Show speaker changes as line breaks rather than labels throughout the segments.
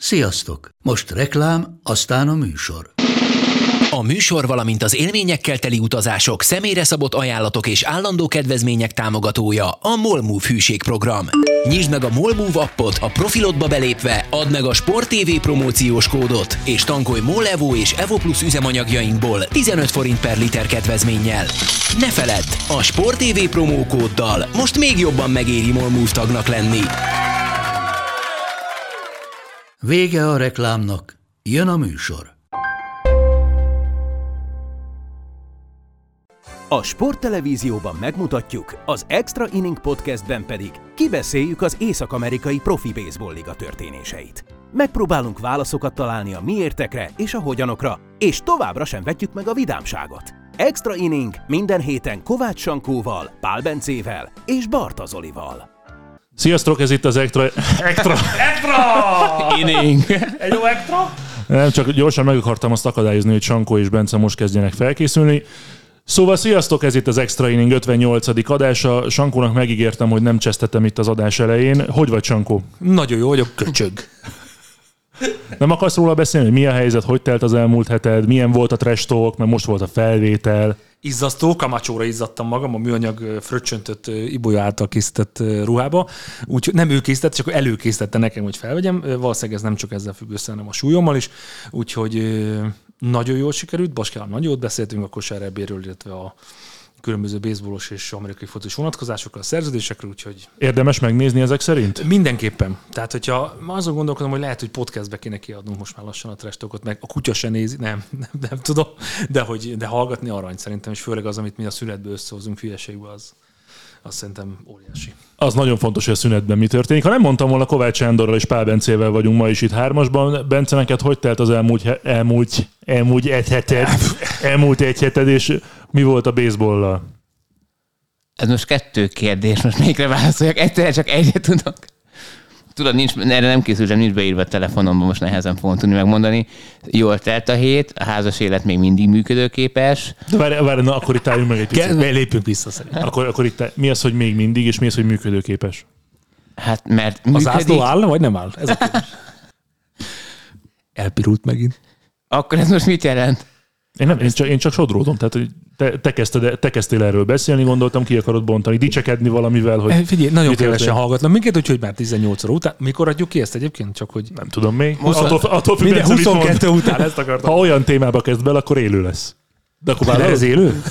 Sziasztok! Most reklám, aztán a műsor.
A műsor, valamint az élményekkel teli utazások, személyre szabott ajánlatok és állandó kedvezmények támogatója a MOL Move hűségprogram. Nyisd meg a MOL Move appot, a profilodba belépve, add meg a Sport TV promóciós kódot, és tankolj MOL Evo és Evo Plus üzemanyagjainkból 15 forint per liter kedvezménnyel. Ne feledd, a Sport TV promókóddal most még jobban megéri MOL Move tagnak lenni.
Vége a reklámnak, jön a műsor.
A sporttelevízióban megmutatjuk, az Extra Inning Podcastben pedig kibeszéljük az észak-amerikai profi baseball liga történéseit. Megpróbálunk válaszokat találni a miértekre és a hogyanokra, és továbbra sem vetjük meg a vidámságot. Extra Inning minden héten Kovács Sankóval, Pál Bencével és Barta Zolival.
Sziasztok, ez itt az Extra
Inning! Egy jó extra?
Nem, csak gyorsan meg akartam azt akadályozni, hogy Sankó és Bence most kezdjenek felkészülni. Szóval sziasztok, ez itt az Extra Inning 58. adása. Sankónak megígértem, hogy nem csesztetem itt az adás elején. Hogy vagy, Sankó?
Nagyon jó vagyok, köcsög.
Nem akarsz róla beszélni, hogy mi a helyzet, hogy telt az elmúlt heted, milyen volt a trash talk, mert most volt a felvétel.
Izzasztó, kamacsóra izzadtam magam a műanyag fröccsöntött Ibolya által készített ruhába. Úgyhogy nem ő készített, csak előkészítette nekem, hogy felvegyem. Valószínűleg ez nem csak ezzel függ össze, hanem a súlyommal is. Úgyhogy nagyon jól sikerült. Baskával nagyon jót beszéltünk a kosárlabdáról, illetve a különböző baseballos és amerikai focis vonatkozásokról, a szerződésekről, úgyhogy...
Érdemes megnézni ezek szerint?
Mindenképpen. Tehát, hogyha azon gondolkodom, hogy lehet, hogy podcastbe kéne kiadnunk most már lassan a trash talkot, meg a kutya se nézi, nem tudom, de hallgatni arany szerintem, és főleg az, amit mi a szünetből összehozunk hülyeségbe, az szerintem óriási.
Az nagyon fontos, hogy a szünetben mi történik. Ha nem mondtam volna, Kovács Sándorral és Pál Bencével vagyunk ma is itt hármasban. Bence, neked hogy telt az elmúlt egy heted, és mi volt a baseballlal?
Ez most 2 kérdés, most melyikre válaszoljak? Egyszerűen csak egyet tudok. Tudod, erre nem készültem, nincs beírva a telefonomban, most nehezen fogom tudni megmondani. Jól telt a hét, a házas élet még mindig működőképes.
De várj, na, akkor itt álljunk meg egy picit.
Lépjünk vissza szerintem.
Akkor itt mi az, hogy még mindig, és mi az, hogy működőképes?
Hát, mert működik...
Az ászló áll, vagy nem áll? Ez a kérdés. Elpirult megint.
Akkor ez most mit jelent?
Én csak sodródom, tehát hogy te kezdtél erről beszélni, gondoltam, ki akarod bontani, dicsekedni valamivel, hogy...
Figyelj, nagyon kevesen hallgatnak minket, úgyhogy már 18 óra után. Mikor adjuk ki ezt egyébként? Csak hogy...
Nem tudom még.
Attól függ, 22 után ezt akartam.
Ha olyan témába kezd bele, akkor élő lesz. De akkor
ez élő?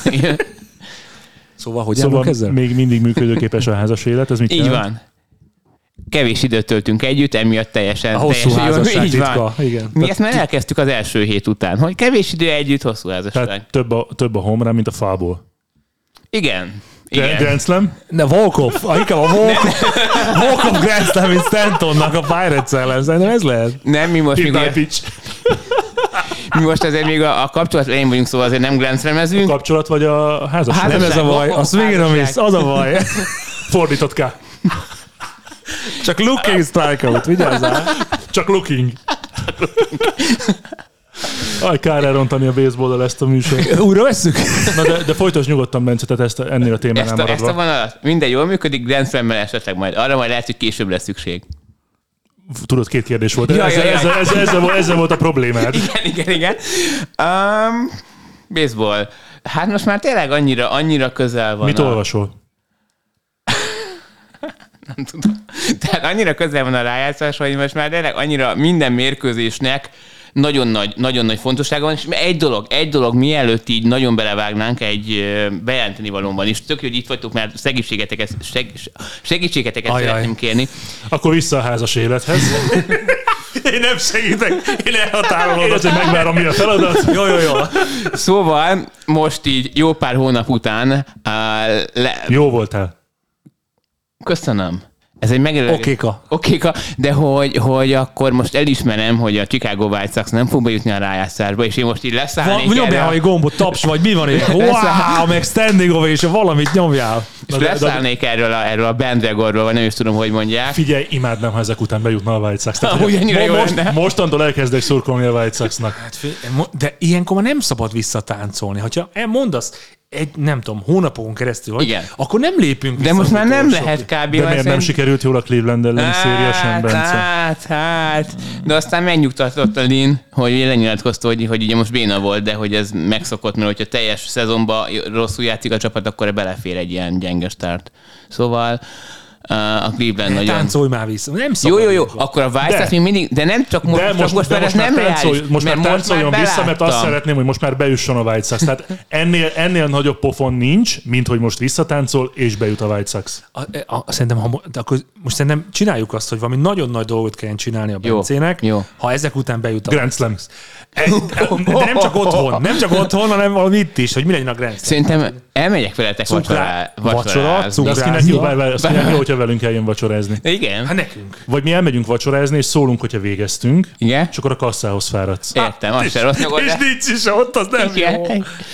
Szóval hogy állunk ezzel?
Még mindig működőképes a házas élet, ez mit
jelent?
Így
van. Kevés időt töltünk együtt, emiatt teljesen...
A hosszú házasság titka.
Igen. Mi ezt már elkezdtük az első hét után, hogy kevés idő együtt, hosszú házasság.
Tehát több a home run, mint a fából.
Igen.
Grand Slam?
Ne, walk-off. Inkább a walk-off Grand Slam, mint Stantonnak a Pirates ellen. Szerintem ez lehet.
Nem, mi most mi most azért még a kapcsolat elején vagyunk, szóval azért nem Grand Slam-ezünk.
A kapcsolat vagy a házasság?
Nem ez a baj. A swing and a miss, az a baj.
Fordított K.
Csak looking strikeout, vigyázzál.
Csak looking. Kár elrontani a baseball-dal ezt a műsort.
Újra vesszük?
Na de folytasd nyugodtan, Bence, tehát ennél a témánál maradva.
Ezt a vonalat, minden jól működik, Grand Slam-mel esetleg majd. Arra majd lehet, hogy később lesz szükség.
Tudod, 2 kérdés volt. Ezzel volt a problémád.
Igen. Baseball. Hát most már tényleg annyira közel van.
Mit olvasol?
Nem tudom. Tehát annyira közel van a rájátszás, hogy most már tényleg annyira minden mérkőzésnek nagyon nagy fontossága van, és egy dolog, mielőtt így nagyon belevágnánk, egy bejelenteni valóban is. Tök, hogy itt vagytok, mert segítségeteket szeretném kérni.
Akkor vissza a házas élethez.
Én nem segítek, én elhatárolom.
Hogy megvárom, mi a feladat.
Jó.
Szóval most így jó pár hónap után...
Jó voltál.
Köszönöm. Ez egy megelőző. Okéka. De hogy akkor most elismerem, hogy a Chicago White Sox nem fog bejutni a rájátszásba, és én most így leszállnék.
Nyomjál egy gombot, taps, vagy mi van itt? Wow, meg standing ovation, valamit nyomjál.
És leszállnék erről a bandwagonról, vagy nem is tudom, hogy mondják.
Figyelj, imádnám, ha ezek után bejutna a White Sox.
Tehát,
mostantól elkezdek szurkolni a White Soxnak.
Hát, de ilyenkor már nem szabad visszatáncolni. Ha mondasz nem tudom, hónapokon keresztül, hogy akkor nem lépünk vissza.
De most már nem lehet kb.
De miért nem sikerült jól a Cleveland elleni széria sem, Bence?
Hát. De aztán megnyugtatott a Lin, hogy lenyilatkozta, hogy ugye most béna volt, de hogy ez megszokott, mert hogyha teljes szezonban rosszul játszik a csapat, akkor belefér egy ilyen gyenge start. Szóval a Cleveland nagyon...
Táncolj már vissza. Nem szabad.
Jó. Akkor a White Sox még mindig... De nem csak most már ez nem reális.
Most már táncoljon vissza, mert azt szeretném, hogy most már bejusson a White Sox. Tehát ennél nagyobb pofon nincs, mint hogy most visszatáncol, és bejut a White Sox. Szerintem csináljuk azt, hogy valami nagyon nagy dolgot kelljen csinálni a Bencének, ha ezek után bejut a Grand Slam.
De nem csak otthon, hanem valami itt is, hogy mi legyen a Grand Slam.
Szerintem elmegyek veletek vacsorázni.
De azt kinek jó, hogyha velünk eljön vacsorázni.
Igen.
Hát nekünk.
Vagy mi elmegyünk vacsorázni, és szólunk, hogyha végeztünk,
igen?
és akkor a kasszához fáradsz.
Értem, az se rossz nyugodt.
És nincs is ott, az nem jó.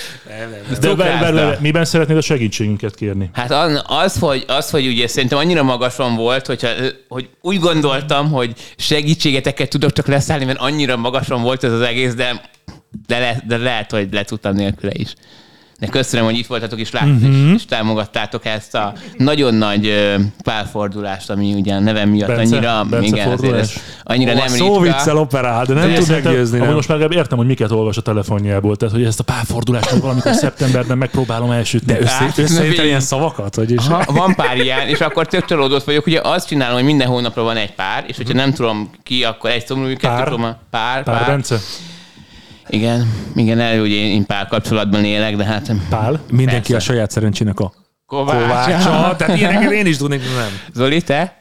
De miben szeretnéd a segítségünket kérni?
Hát az, hogy ugye szerintem annyira magasan volt, hogy úgy gondoltam, hogy segítségeteket tudok leszállni, mert annyira magasan volt ez az egész, de lehet, hogy le tudtam nélküle is. De köszönöm, hogy itt voltatok, és láttátok, és támogattátok ezt a nagyon nagy pálfordulást, ami ugye a nevem miatt annyira nem ritka.
Szóviccel operál, de nem tud meggyőzni.
Most már értem, hogy miket olvas a telefonjából, tehát hogy ezt a pálfordulást valamikor szeptemberben megpróbálom elsütni.
De összeírtál ilyen szavakat?
Van pár ilyen, és akkor tök csalódott vagyok. Ugye azt csinálom, hogy minden hónapra van egy pár, és hogyha nem tudom ki, akkor egy szomorú, kettő tudom. Pár.
Bence?
Igen, ugye én párkapcsolatban élek, de hát...
Pál? Mindenki persze. A saját szerencsének a kovácsa. Tehát ilyeneket én is tudnék, nem.
Zoli, te?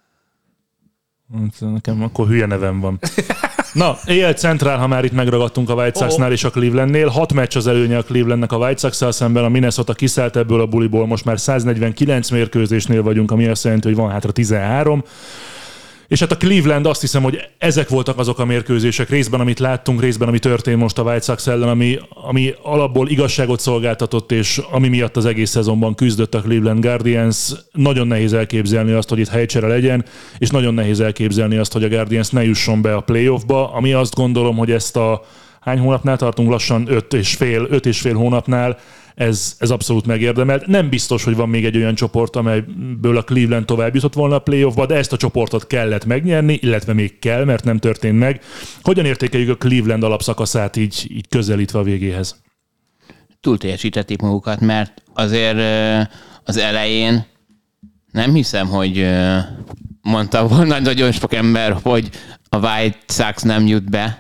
Nekem akkor hülye nevem van. Na, éjjel centrál, ha már itt megragadtunk a White Soxnál és a Clevelandnél. 6 meccs az előnye a Clevelandnek a White Sox-szal szemben, a Minnesota kiszállt ebből a buliból, most már 149 mérkőzésnél vagyunk, ami azt jelenti, hogy van hátra 13. És hát a Cleveland, azt hiszem, hogy ezek voltak azok a mérkőzések, részben, amit láttunk, részben, ami történt most a White Sox ellen, ami alapból igazságot szolgáltatott, és ami miatt az egész szezonban küzdött a Cleveland Guardians. Nagyon nehéz elképzelni azt, hogy itt helycsere legyen, és nagyon nehéz elképzelni azt, hogy a Guardians ne jusson be a playoffba, ami azt gondolom, hogy ezt a hány hónapnál tartunk? Lassan 5 és fél hónapnál. Ez abszolút megérdemelt. Nem biztos, hogy van még egy olyan csoport, amelyből a Cleveland tovább jutott volna a playoffba, de ezt a csoportot kellett megnyerni, illetve még kell, mert nem történt meg. Hogyan értékeljük a Cleveland alapszakaszát így közelítve a végéhez?
Túl teljesítették magukat, mert azért az elején nem hiszem, hogy mondta volna nagyon sok ember, hogy a White Sox nem jut be.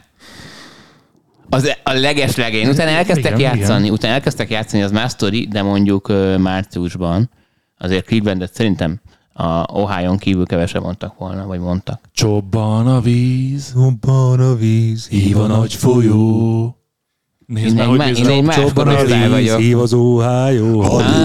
A legeslegén. Utána elkezdtek játszani, az más sztori, de mondjuk márciusban azért Clevelandet szerintem a Ohio-n kívül kevesen mondtak volna, vagy mondtak.
Csobban a víz, hív a nagy folyó.
Nézd már, hogy én egy más korosztály vagyok.
Hív az Ohio.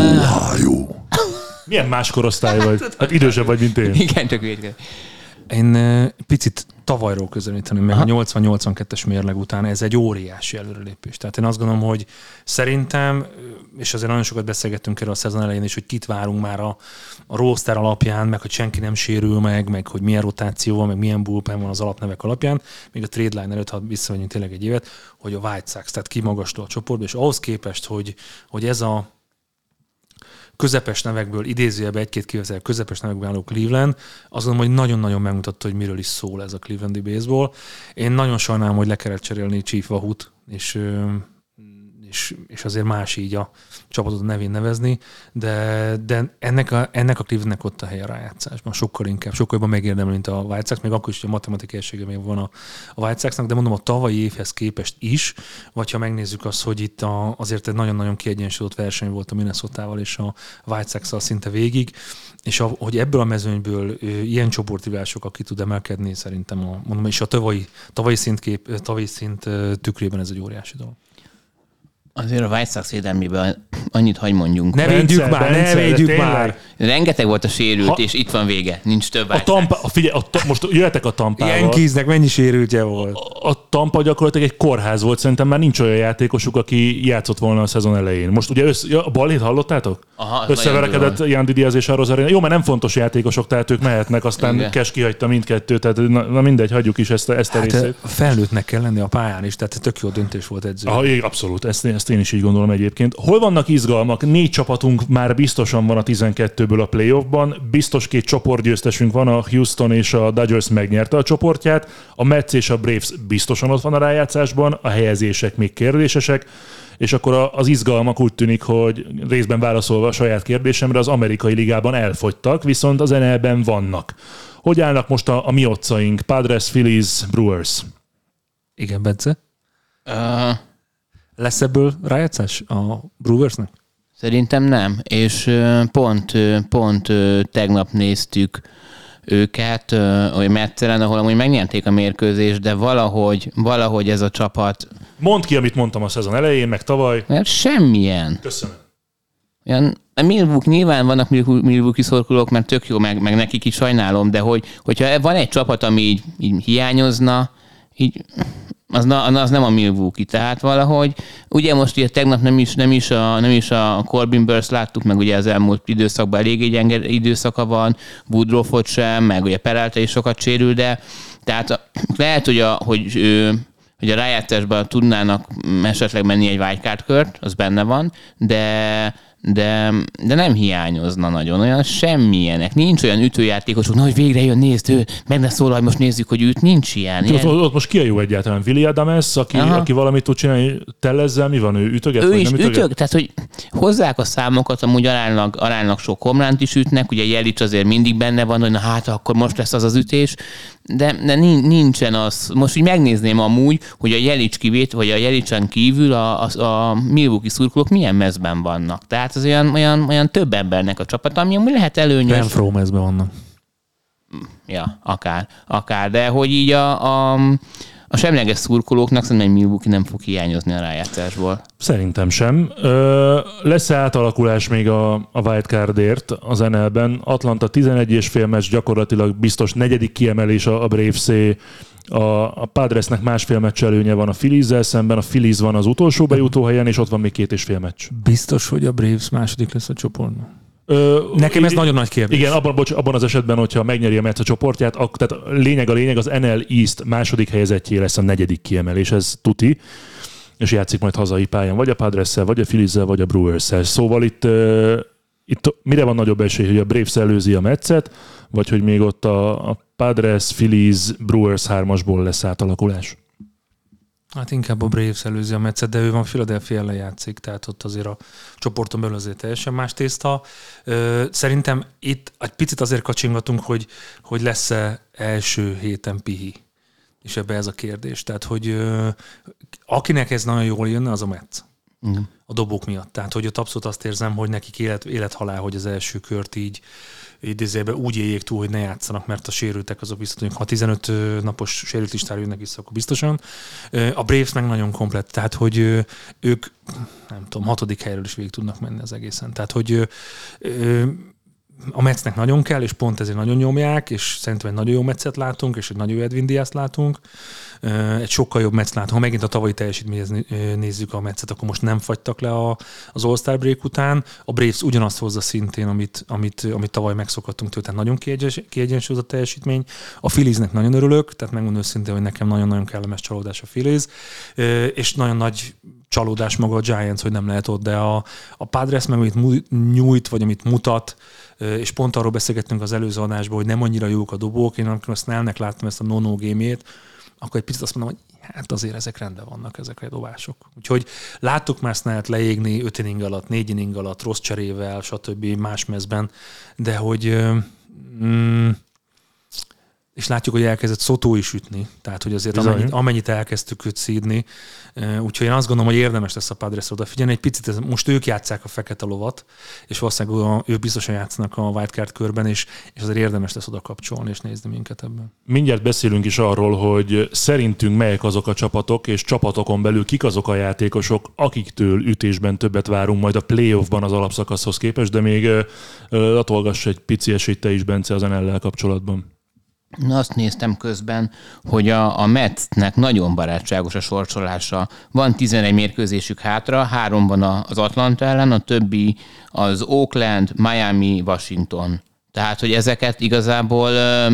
Milyen más korosztály vagy? Hát idősebb vagy, mint én.
Igen, csak védkezik.
Én picit tavalyról közelíteném meg a 80-82-es mérleg után, ez egy óriási előrelépés. Tehát én azt gondolom, hogy szerintem, és azért nagyon sokat beszélgettünk erről a szezon elején is, hogy kit várunk már a roster alapján, meg hogy senki nem sérül meg hogy milyen rotáció van, meg milyen bullpen van az alapnevek alapján, még a trade line előtt, ha visszamegyünk tényleg egy évet, hogy a White Sox, tehát kimagasló a csoportba, és ahhoz képest, hogy ez a közepes nevekből, idézőjelben egy-két kivétel közepes nevekből álló Cleveland, azt gondolom, hogy nagyon-nagyon megmutatta, hogy miről is szól ez a clevelandi baseball. Én nagyon sajnálom, hogy le kellett cserélni Chief Wahut, és azért más így a csapatot nevén nevezni, de ennek a Clevelandnek ott a helye a rájátszásban. Sokkal jobban megérdemli, mint a White Sox, még akkor is, hogy a matematikai essége még van a White Soxnak, de mondom, a tavalyi évhez képest is, vagy ha megnézzük azt, hogy itt azért egy nagyon-nagyon kiegyensúlyozott verseny volt a Minnesotával és a White Sox-szal szinte végig, és hogy ebből a mezőnyből ilyen csoportivásokkal ki tud emelkedni, szerintem és a tavalyi szint tükrében ez egy óriási dolog.
Azért a White Sox védelmében annyit hagy mondjunk.
Ne védjük már!
Rengeteg volt a sérült, és itt van vége. Nincs több
a Tampa, figyelj, most jöhetek a Tampával.
Yankeesnek mennyi sérültje volt?
A Tampa gyakorlatilag egy kórház volt, szerintem már nincs olyan játékosuk, aki játszott volna a szezon elején. Most ugye a balhét hallottátok?
Aha,
összeverekedett Yandy Diaz és a Rosarina. Jó, mert nem fontos játékosok, tehát ők mehetnek, aztán Cash kihagyta mindkettőt, tehát na mindegy, hagyjuk is ezt a részét.
Felnőttnek kell lenni a pályán is, tehát tök jó döntés volt edző.
Abszolút, ezt én is így gondolom egyébként. Hol vannak izgalmak? 4 csapatunk már biztosan van a 12-ből a playoffban, biztos 2 csoportgyőztesünk van, a Houston és a Dodgers megnyerte a csoportját, a Mets és a Braves biztosan ott van a rájátszásban, a helyezések még kérdésesek, és akkor az izgalmak úgy tűnik, hogy részben válaszolva a saját kérdésemre, az amerikai ligában elfogytak, viszont az NL-ben vannak. Hogy állnak most a mi otcaink? Padres, Phillies, Brewers?
Igen, Bence? Lesz ebből rájátszás a Brewersnek?
Szerintem nem, és pont tegnap néztük őket, hogy Metzelen, ahol amúgy megnyerték a mérkőzést, de valahogy ez a csapat...
Mondd ki, amit mondtam a szezon elején, meg tavaly.
Mert semmilyen.
Köszönöm.
Nyilván vannak Milwaukee szorkolók, mert tök jó, meg nekik is sajnálom, de hogyha van egy csapat, ami így hiányozna, így... Az nem a Milwaukee, tehát valahogy, ugye most ugye tegnap nem is a Corbin Burns láttuk, meg ugye az elmúlt időszakban elég gyenge időszaka van, Woodruffot sem, meg ugye Peralta is sokat sérül, de tehát lehet, hogy a rájátszásban tudnának esetleg menni egy wildcard kört, az benne van, de nem hiányozna nagyon, olyan semmilyenek. Nincs olyan ütőjátékosok, hogy végre jön, nézd, ő meg ne szólal, most nézzük, hogy őt nincs ilyen.
Ott most ki a jó egyáltalán? Willy Adames, aki valamit tud csinálni, Tellezzel mi van? Ő ütöget?
Ő
vagy
is
nem ütöget?
tehát hogy hozzák a számokat, amúgy aránylag sok homlánt is ütnek, ugye Jelic azért mindig benne van, hogy na hát akkor most lesz az ütés, de nincsen az. Most így megnézném amúgy, hogy a Jelic kivét, vagy a Jelicen kívül a Milwaukee szurkolók milyen mezben vannak. Tehát az olyan több embernek a csapat, ami amúgy lehet előnyös.
Renfroe mezben vannak.
Ja, akár. De hogy így a semleges szurkolóknak szerintem Milwaukee nem fog hiányozni a rájátszásból.
Szerintem sem. Lesz-e átalakulás még a wildcardért az NL-ben? Atlanta 11,5 meccs, gyakorlatilag biztos 4. kiemelés a Braves-é. A Padresnek 1,5 meccs előnye van a Phillies-zel szemben, a Phillies van az utolsó bejutó helyen, és ott van még 2,5 meccs.
Biztos, hogy a Braves második lesz a csoportban? Nekem ez nagyon nagy kérdés.
Igen, abban az esetben, hogyha megnyeri a Mets a csoportját, tehát a lényeg, az NL East második helyezettjé lesz a 4. kiemelés, ez tuti, és játszik majd hazai pályán, vagy a Padresszel, vagy a Phillies-zel, vagy a Brewers-szel. Szóval itt mire van nagyobb esély, hogy a Braves előzi a Metset, vagy hogy még ott a Padres, Phillies, Brewers 3-asból lesz átalakulás?
Hát inkább a Braves előzi a Metset, de ő van Philadelphia ellen játszik, tehát ott azért a csoporton belül azért teljesen más tészta. Szerintem itt egy picit azért kacsingatunk, hogy lesz-e első héten pihi. És ebbe ez a kérdés. Tehát, hogy akinek ez nagyon jól jönne, az a Mets. A dobók miatt. Tehát, hogy ott abszolút azt érzem, hogy nekik élethalál, hogy az első kört így idézőjelben úgy éljék túl, hogy ne játszanak, mert a sérültek azok biztos, ha 15 napos sérült listára jönnek vissza, akkor biztosan. A Braves meg nagyon komplett, tehát hogy ők, nem tudom, 6. helyről is végig tudnak menni az egészen. Tehát, hogy a Metsnek nagyon kell, és pont ezért nagyon nyomják, és szerintem egy nagyon jó Metset látunk, és egy nagyon jó Edwin Diaz-t látunk. Egy sokkal jobb Metsz látunk. Ha megint a tavalyi teljesítményhez nézzük a Metset, akkor most nem fagytak le az All-Star break után. A Braves ugyanazt hozza szintén, amit tavaly megszokhattunk tőle, tehát nagyon kiegyensúlyozott teljesítmény. A Philliesnek nagyon örülök, tehát megmondom őszintén, hogy nekem nagyon-nagyon kellemes csalódás a Phillies, és nagyon nagy csalódás maga a Giants, hogy nem lehet ott, de a Padres meg amit nyújt, vagy amit mutat, és pont arról beszélgettünk az előző adásban, hogy nem annyira jók a dobók. Én amikor a Snellnek láttam ezt a no-no game-ét, akkor egy picit azt mondom, hogy hát azért ezek rendben vannak, ezek a dobások. Úgyhogy láttuk már Snellt leégni 5 inning alatt, 4 inning alatt, rossz cserével, stb. Más mezben, de hogy és látjuk, hogy elkezdett Soto is ütni, tehát hogy azért amennyit elkezdtük őt szídni, úgyhogy én azt gondolom, hogy érdemes lesz a Padresre odafigyelni. Egy picit most ők játsszák a fekete lovat, és valószínűleg ők biztosan játszanak a wildcard körben, és azért érdemes lesz oda kapcsolni, és nézni minket ebben.
Mindjárt beszélünk is arról, hogy szerintünk melyek azok a csapatok, és csapatokon belül kik azok a játékosok, akiktől ütésben többet várunk majd a playoffban az alapszakaszhoz képest, de még latolgass egy pici esélyt te is, Bence, az NL-lel kapcsolatban.
Azt néztem közben, hogy a Metsnek nagyon barátságos a sorsolása. Van 11 mérkőzésük hátra, 3 van az Atlanta ellen, a többi az Oakland, Miami, Washington. Tehát, hogy ezeket igazából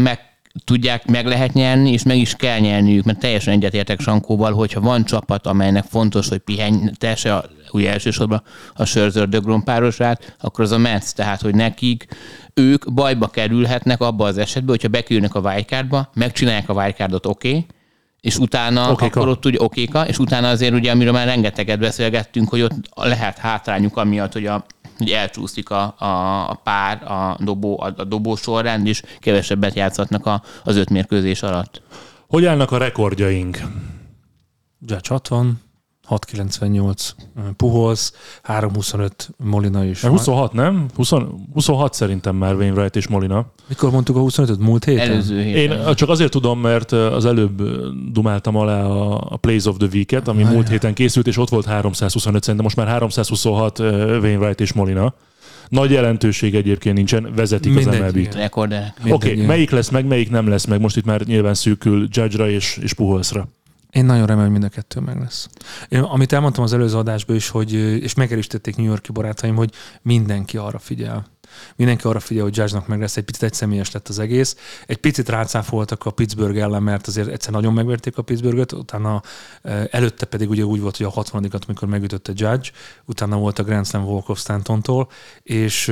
meg lehet nyerni, és meg is kell nyerniük, mert teljesen egyetértek Sankóval, hogyha van csapat, amelynek fontos, hogy pihentesse ugye elsősorban a Scherzer-DeGrom párosát, akkor az a Mets, tehát, hogy nekik ők bajba kerülhetnek abba az esetben, hogyha bekerülnek a wildcardba, megcsinálják a wildcardot, oké, és utána akkor ott ugye okéka, és utána azért ugye, amiről már rengeteget beszélgettünk, hogy ott lehet hátrányuk amiatt, hogy hogy elcsúszik a pár, a dobó sorrend, és kevesebbet játszhatnak az 5 mérkőzés alatt.
Hogy állnak a rekordjaink?
Judge 60, 6.98 Pujols, 3.25 Molina is.
26, nem? 26 szerintem már Wainwright és Molina.
Mikor mondtuk a 25-öt? Múlt héten?
Előző héten.
Én csak azért tudom, mert az előbb dumáltam alá a Plays of the Week-et, ami múlt héten készült, és ott volt 325, szerintem most már 326 Wainwright és Molina. Nagy jelentőség egyébként nincsen, vezetik az MLB-t.
Rekorderek.
Oké, melyik lesz meg, melyik nem lesz meg? Most itt már nyilván szűkül Judge-ra és Pujolsra.
Én nagyon remélem, hogy mind a kettő meg lesz. Én, amit elmondtam az előző adásban is, és megerősítették New York-i barátaim, hogy mindenki arra figyel. Mindenki arra figyel, hogy Judge-nak meg lesz. Egy picit egyszemélyes lett az egész. Egy picit rácáfoltak a Pittsburgh ellen, mert azért egyszer nagyon megverték a Pittsburghet, utána előtte pedig ugye úgy volt, hogy a 60-at, amikor megütötte Judge, utána volt a Grand Slam walk-off Stantontól, és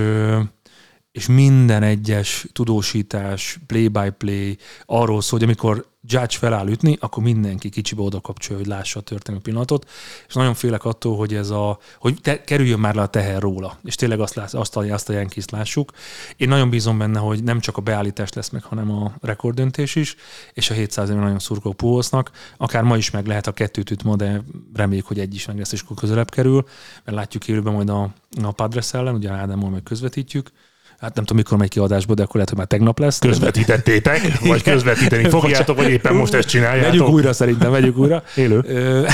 minden egyes tudósítás, play-by-play arról szól, hogy amikor Judge feláll ütni, akkor mindenki kicsibe oda kapcsolja, hogy lássa a történő pillanatot, és nagyon félek attól, hogy kerüljön már le a teher róla, és tényleg azt a Yankees-t lássuk. Én nagyon bízom benne, hogy nem csak a beállítás lesz meg, hanem a rekorddöntés is, és a 700 éve nagyon szurkoló Pujolsnak. Akár ma is meg lehet, a 2-t üt ma, de reméljük, hogy egy is meg lesz, és akkor közelebb kerül, mert látjuk élőben majd a Padres ellen, ugye Ádámmal meg közvetítjük. Hát nem tudom, mikor megy ki adásba, de akkor lehet, hogy már tegnap lesz.
Közvetítettétek? Vagy közvetíteni fogjátok, vagy éppen most ezt csináljátok?
Vegyük újra, szerintem vegyük újra.
Élő.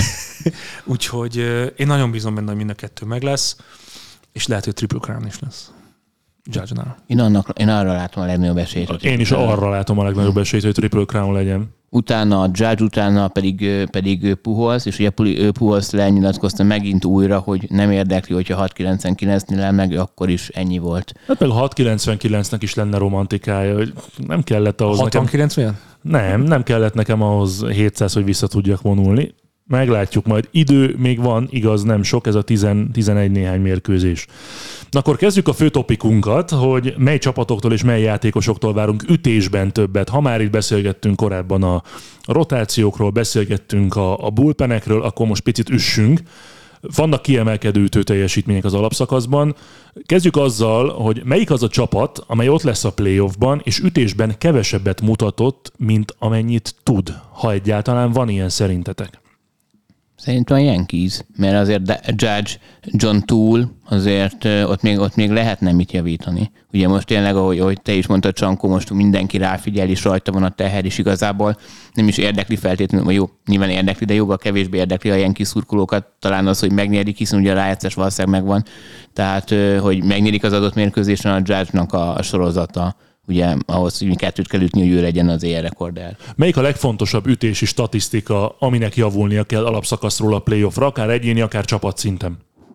Úgyhogy én nagyon bízom benne, hogy mind a kettő meg lesz, és lehet, hogy Triple Crown is lesz. Judge-nál.
Én arra látom a legnagyobb esélyt.
Én is arra látom a legnagyobb esélyt, hogy Triple Crown legyen.
Utána a Judge, utána pedig Pujols, és ugye Pujols lenyilatkozta megint újra, hogy nem érdekli, hogyha 6.99-nél meg, akkor is ennyi volt.
Hát meg a 6.99-nek is lenne romantikája, hogy nem kellett ahhoz
69 nekem...
Nem kellett nekem ahhoz 700, hogy vissza tudjak vonulni. Meglátjuk majd. Idő még van, igaz, nem sok, ez a 11 néhány mérkőzés. Na akkor kezdjük a fő topikunkat, hogy mely csapatoktól és mely játékosoktól várunk ütésben többet. Ha már itt beszélgettünk korábban a rotációkról, beszélgettünk a bullpenekről, akkor most picit üssünk. Vannak kiemelkedő ütő teljesítmények az alapszakaszban. Kezdjük azzal, hogy melyik az a csapat, amely ott lesz a playoffban, és ütésben kevesebbet mutatott, mint amennyit tud, ha egyáltalán van ilyen szerintetek.
Szerintem a Yankees, mert azért Judge, John Toole, azért ott még lehetne mit javítani. Ugye most tényleg, ahogy te is mondtad, Csankó, most mindenki ráfigyel, és rajta van a teher, és igazából nem is érdekli feltétlenül, vagy jó, nyilván érdekli, de jóval kevésbé érdekli a Yankees szurkolókat, talán az, hogy megnyerik, hiszen ugye a rájátszás valószínűleg megvan, tehát hogy megnyerik az adott mérkőzésen a Judge-nak a sorozata, ugye ahhoz, hogy 2-t kell ütni, hogy ő legyen az éjjel rekorder.
Melyik a legfontosabb ütési statisztika, aminek javulnia kell alapszakaszról a playoffra, akár egyéni, akár csapatszinten?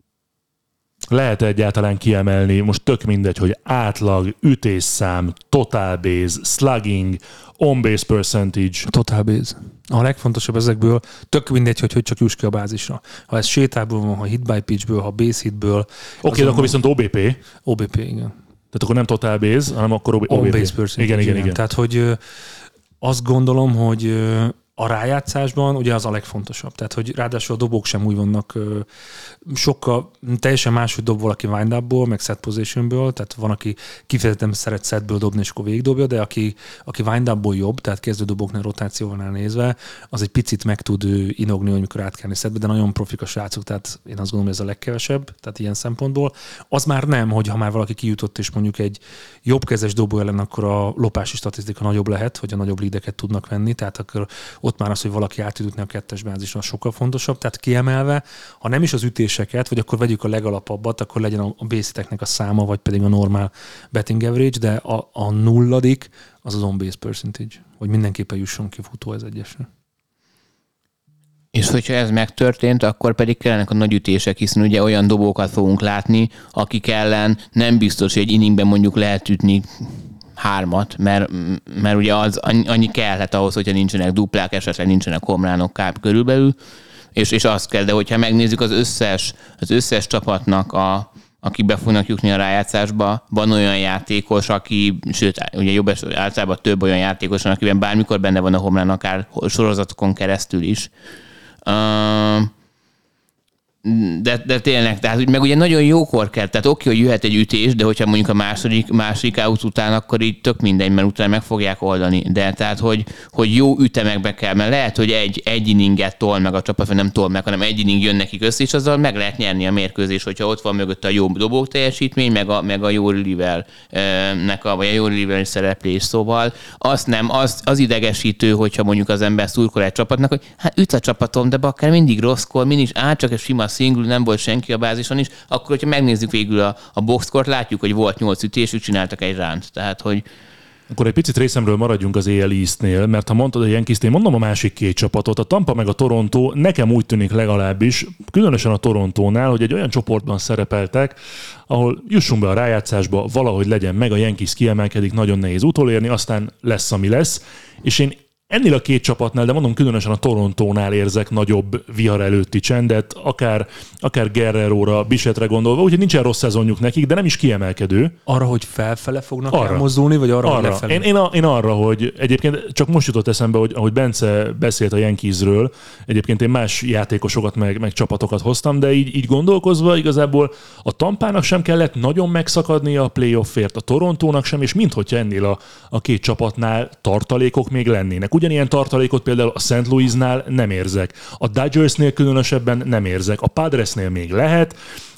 Lehet-e egyáltalán kiemelni, most tök mindegy, hogy átlag, ütésszám, total base, slugging, on-base percentage?
Total base. A legfontosabb ezekből, tök mindegy, hogy csak juss ki a bázisra. Ha ez sétából van, ha hit by pitchből, ha base hitből.
Oké, de akkor viszont OBP.
OBP, igen.
Tehát akkor nem total base, hanem akkor OBP.
On-base percentage.
Igen.
Tehát, hogy azt gondolom, hogy a rájátszásban ugye az a legfontosabb. Tehát, hogy ráadásul a dobók sem úgy vannak sokkal, teljesen máshogy dob valaki wind-upból, meg set positionből, tehát van, aki kifejezetten szeret setből dobni, és akkor végigdobja, de aki wind-upból jobb, tehát kezdődobóknál rotációval nézve, az egy picit meg tud inogni, hogy mikor átkelni setbe, de nagyon profik a srácok, tehát én azt gondolom, hogy ez a legkevesebb, tehát ilyen szempontból. Az már nem, hogy ha már valaki kijutott, és mondjuk egy jobbkezes dobó ellen, akkor a lopási statisztika nagyobb lehet, hogy a nagyobb leadeket tudnak venni, tehát akkor ott már az, hogy valaki át tud jutni a kettes bázison, sokkal fontosabb. Tehát kiemelve, ha nem is az ütéseket, vagy akkor vegyük a legalapabbat, akkor legyen a basic-eknek a száma, vagy pedig a normál betting average, de a nulladik az on-base percentage, hogy mindenképpen jusson ki futó ez egyesre.
És hogyha ez megtörtént, akkor pedig kellenek a nagy ütések, hiszen ugye olyan dobókat fogunk látni, akik ellen nem biztos, hogy egy inningben mondjuk lehet ütni 3, mert ugye az annyi kellhet ahhoz, hogyha nincsenek duplák, esetleg nincsenek homránok körülbelül, és azt kell, de hogyha megnézzük az összes csapatnak, akik be fognak jutni a rájátszásba, van olyan játékos, sőt, ugye jobb általában több olyan játékos van, akiben bármikor benne van a homrán, akár sorozatokon keresztül is. De tényleg, tehát meg ugye nagyon jókor kell, tehát oké, hogy jöhet egy ütés, de hogyha mondjuk a második out után, akkor így tök mindegy, mert utána meg fogják oldani. De tehát, hogy jó ütemekbe kell, mert lehet, hogy egy inninget tol meg a csapat, vagy nem tol meg, hanem egy inning jön nekik össze, és azzal meg lehet nyerni a mérkőzés, hogyha ott van mögött a jó dobók teljesítmény, meg a jó reliever-nek vagy a jó reliever szereplés. Szóval az idegesítő, hogyha mondjuk az ember szurkol egy csapatnak, hogy hát üt a csapatom, de bakker mindig rosszkor, mindig csak egy sima single, nem volt senki a bázison is, akkor, hogyha megnézzük végül a boxscore, látjuk, hogy volt 8 ütésük, csináltak egy ránt. Tehát, hogy
Akkor egy picit részemről maradjunk az AL East-nél, mert ha mondtad a Yankees-t, én mondom a másik két csapatot, a Tampa meg a Toronto, nekem úgy tűnik legalábbis, különösen a Torontónál, hogy egy olyan csoportban szerepeltek, ahol jussunk be a rájátszásba, valahogy legyen meg, a Yankees kiemelkedik, nagyon nehéz utolérni, aztán lesz, ami lesz, és én ennél a két csapatnál, de mondom különösen a Torontónál érzek nagyobb vihar előtti csendet, akár Guerrero-ra, Bichettre gondolva, úgyhogy nincsen rossz szezonjuk nekik, de nem is kiemelkedő.
Arra, hogy felfele fognak elmozdulni, vagy arra, hogy lefelé?
Én arra, hogy egyébként csak most jutott eszembe, hogy ahogy Bence beszélt a Yankeesről, egyébként én más játékosokat meg csapatokat hoztam, de így gondolkozva igazából a Tampának sem kellett nagyon megszakadni a playoffért, a Torontónak sem, és minthogyha ennél a két csapatnál tartalékok még lennének. Ugyanilyen tartalékot például a St. Louisnál nem érzek. A Dodgersnél különösebben nem érzek. A Padresnél még lehet,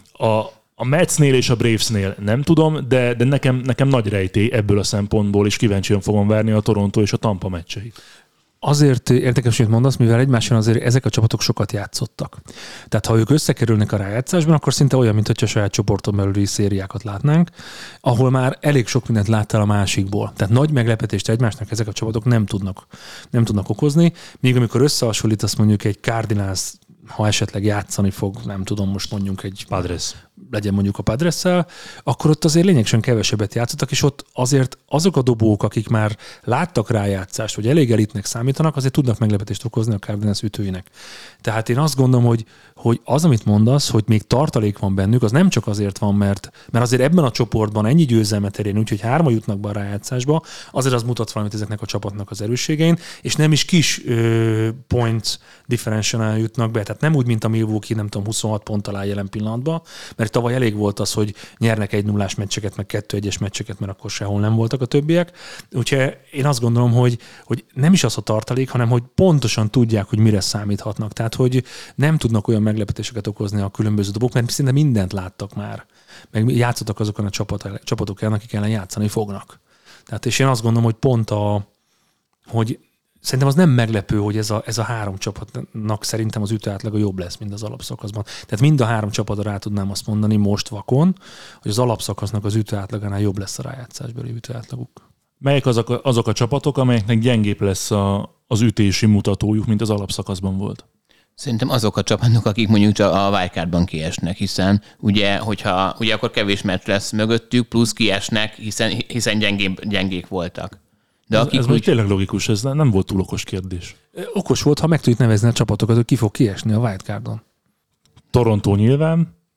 a Metsnél és a Bravesnél nem tudom, de nekem nagy rejtély ebből a szempontból, és kíváncsian fogom várni a Toronto és a Tampa meccseit.
Azért érdekes, hogy mondasz, mivel egymáson azért ezek a csapatok sokat játszottak. Tehát ha ők összekerülnek a rájátszásban, akkor szinte olyan, mintha a saját csoporton belüli szériákat látnánk, ahol már elég sok mindent láttál a másikból. Tehát nagy meglepetést egymásnak ezek a csapatok nem tudnak okozni, míg amikor összehasonlítasz mondjuk egy Cardinals, ha esetleg játszani fog, nem tudom, most mondjuk egy
Padres.
Legyen mondjuk a Padresszel, akkor ott azért lényegesen kevesebbet játszottak, és ott azért azok a dobók, akik már láttak rájátszást, vagy elég elitnek számítanak, azért tudnak meglepetést okozni a Cardinals ütőinek. Tehát én azt gondolom, hogy az, amit mondasz, hogy még tartalék van bennük, az nem csak azért van, mert azért ebben a csoportban ennyi győzelmet érjen, úgyhogy 3 jutnak be a rájátszásba, azért az mutat valamit ezeknek a csapatnak az erősségein, és nem is kis points differential jutnak be, tehát nem úgy, mint a Milwaukee, nem tudom, 26 ponttal áll jelen pillanatban, mert tavaly elég volt az, hogy nyernek 1-0-ás meccseket, meg 2-1-es meccseket, mert akkor sehol nem voltak a többiek. Úgyhogy én azt gondolom, hogy nem is az a tartalék, hanem hogy pontosan tudják, hogy mire számíthatnak. Tehát, hogy nem tudnak olyan meglepetéseket okozni a különböző dobok, mert szinte mindent láttak már. Meg játszottak azokon a csapatok ellen, akik ellen játszani fognak. Tehát, és én azt gondolom, hogy pont hogy szerintem az nem meglepő, hogy ez a 3 csapatnak szerintem az ütőátlaga jobb lesz, mint az alapszakaszban. Tehát mind a 3 csapatra rá tudnám azt mondani most vakon, hogy az alapszakasznak az ütőátlagánál jobb lesz a rájátszásbeli ütőátlaguk.
Melyek azok a csapatok, amelyeknek gyengébb lesz az ütési mutatójuk, mint az alapszakaszban volt?
Szerintem azok a csapatok, akik mondjuk csak a wildcardban kiesnek, hiszen ugye akkor kevés meccs lesz mögöttük, plusz kiesnek, hiszen gyengék voltak. De
ez úgy tényleg logikus, ez nem volt túl okos kérdés.
Okos volt, ha meg tudjuk nevezni a csapatokat, hogy ki fog kiesni a wildcardon.
Toronto nyilván.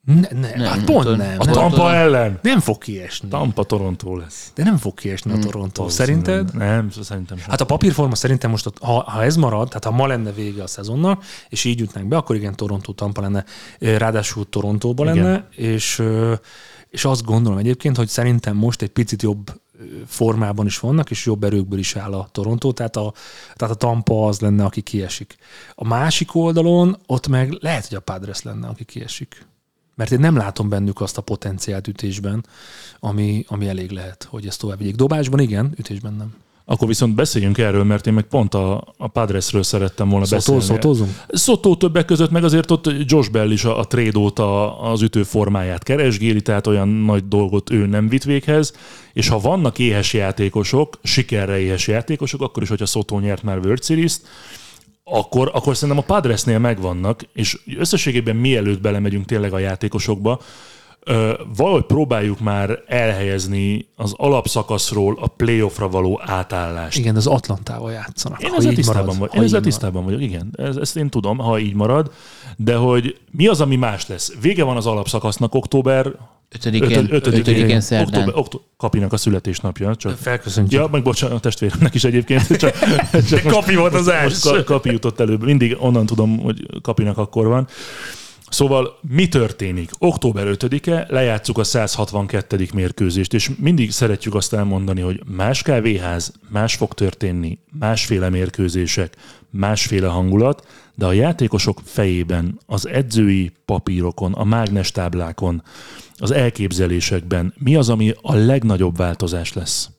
Hát pont nem.
A Tampa ellen?
Nem fog kiesni.
Tampa Toronto lesz.
De nem fog kiesni a Toronto. Szerinted?
Nem, szerintem sem.
Hát a papírforma szerintem most, ha ez marad, tehát ha ma lenne vége a szezonnak, és így jutnánk be, akkor igen, Toronto-Tampa lenne. Ráadásul Torontóba lenne, és azt gondolom egyébként, hogy szerintem most egy picit jobb formában is vannak, és jobb erőkből is áll a Toronto, tehát a Tampa az lenne, aki kiesik. A másik oldalon ott meg lehet, hogy a Padres lenne, aki kiesik. Mert én nem látom bennük azt a potenciált ütésben, ami elég lehet, hogy ezt tovább vigyék. Dobásban igen, ütésben nem.
Akkor viszont beszéljünk erről, mert én meg pont a Padresről szerettem volna beszélni.
Szótózunk?
Szotó többek között, meg azért ott Josh Bell is a trade óta az ütő formáját keresgéli, tehát olyan nagy dolgot ő nem vitt véghez, és ha vannak éhes játékosok, sikerre éhes játékosok, akkor is, hogyha Soto nyert már World Series-t, akkor szerintem a Padresnél megvannak, és összességében mielőtt belemegyünk tényleg a játékosokba, valahogy próbáljuk már elhelyezni az alapszakaszról a playoffra való átállást.
Igen, az Atlantával játszanak.
Én ezzel tisztában vagyok, igen. Ezt én tudom, ha így marad, de hogy mi az, ami más lesz? Vége van az alapszakasznak október
5-én szerdán.
Kapinak a születésnapja. Csak...
Felköszöntjük.
Ja, meg bocsánat, a testvéremnek is egyébként. Csak
de Kapi volt az első.
Kapi jutott előbb. Mindig onnan tudom, hogy Kapinak akkor van. Szóval mi történik? Október 5-e lejátszuk a 162. mérkőzést, és mindig szeretjük azt elmondani, hogy más kávéház, más fog történni, másféle mérkőzések, másféle hangulat, de a játékosok fejében, az edzői papírokon, a mágnestáblákon, az elképzelésekben mi az, ami a legnagyobb változás lesz?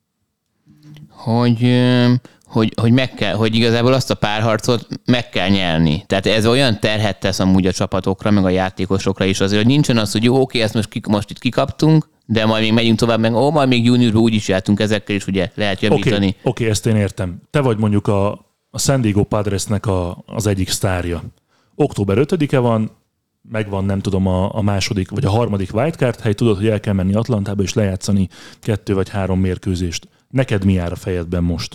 Hogy meg kell, hogy igazából azt a párharcot meg kell nyerni. Tehát ez olyan terhet tesz amúgy a csapatokra, meg a játékosokra is azért, hogy nincsen az, hogy jó, oké, ezt most itt kikaptunk, de majd még megyünk tovább, meg majd még júniusban úgy is jártunk, ezekkel is ugye lehet javítani.
Oké, ezt én értem. Te vagy mondjuk a San Diego Padresnek az egyik sztárja. Október 5-e van, megvan nem tudom a második vagy a harmadik wildcard hely, tudod, hogy el kell menni Atlantába és lejátszani 2 vagy 3 mérkőzést. Neked mi jár a fejedben most?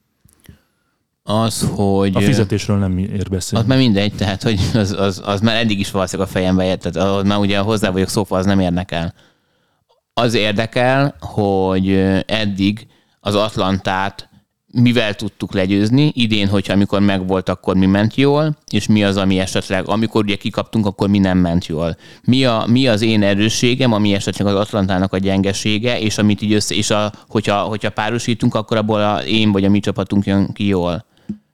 Az, hogy...
A fizetésről nem ér beszélni.
Az már mindegy, tehát hogy az már eddig is valószínűleg a fejembe jött, tehát ahhoz már ugye hozzá vagyok szokva, az nem érdekel. Az érdekel, hogy eddig az Atlantát mivel tudtuk legyőzni, idén, hogyha amikor megvolt, akkor mi ment jól, és mi az, ami esetleg, amikor ugye kikaptunk, akkor mi nem ment jól. Mi az én erősségem, ami esetleg az Atlantának a gyengesége, és amit így hogyha párosítunk, akkor abból én vagy a mi csapatunk jön ki jól.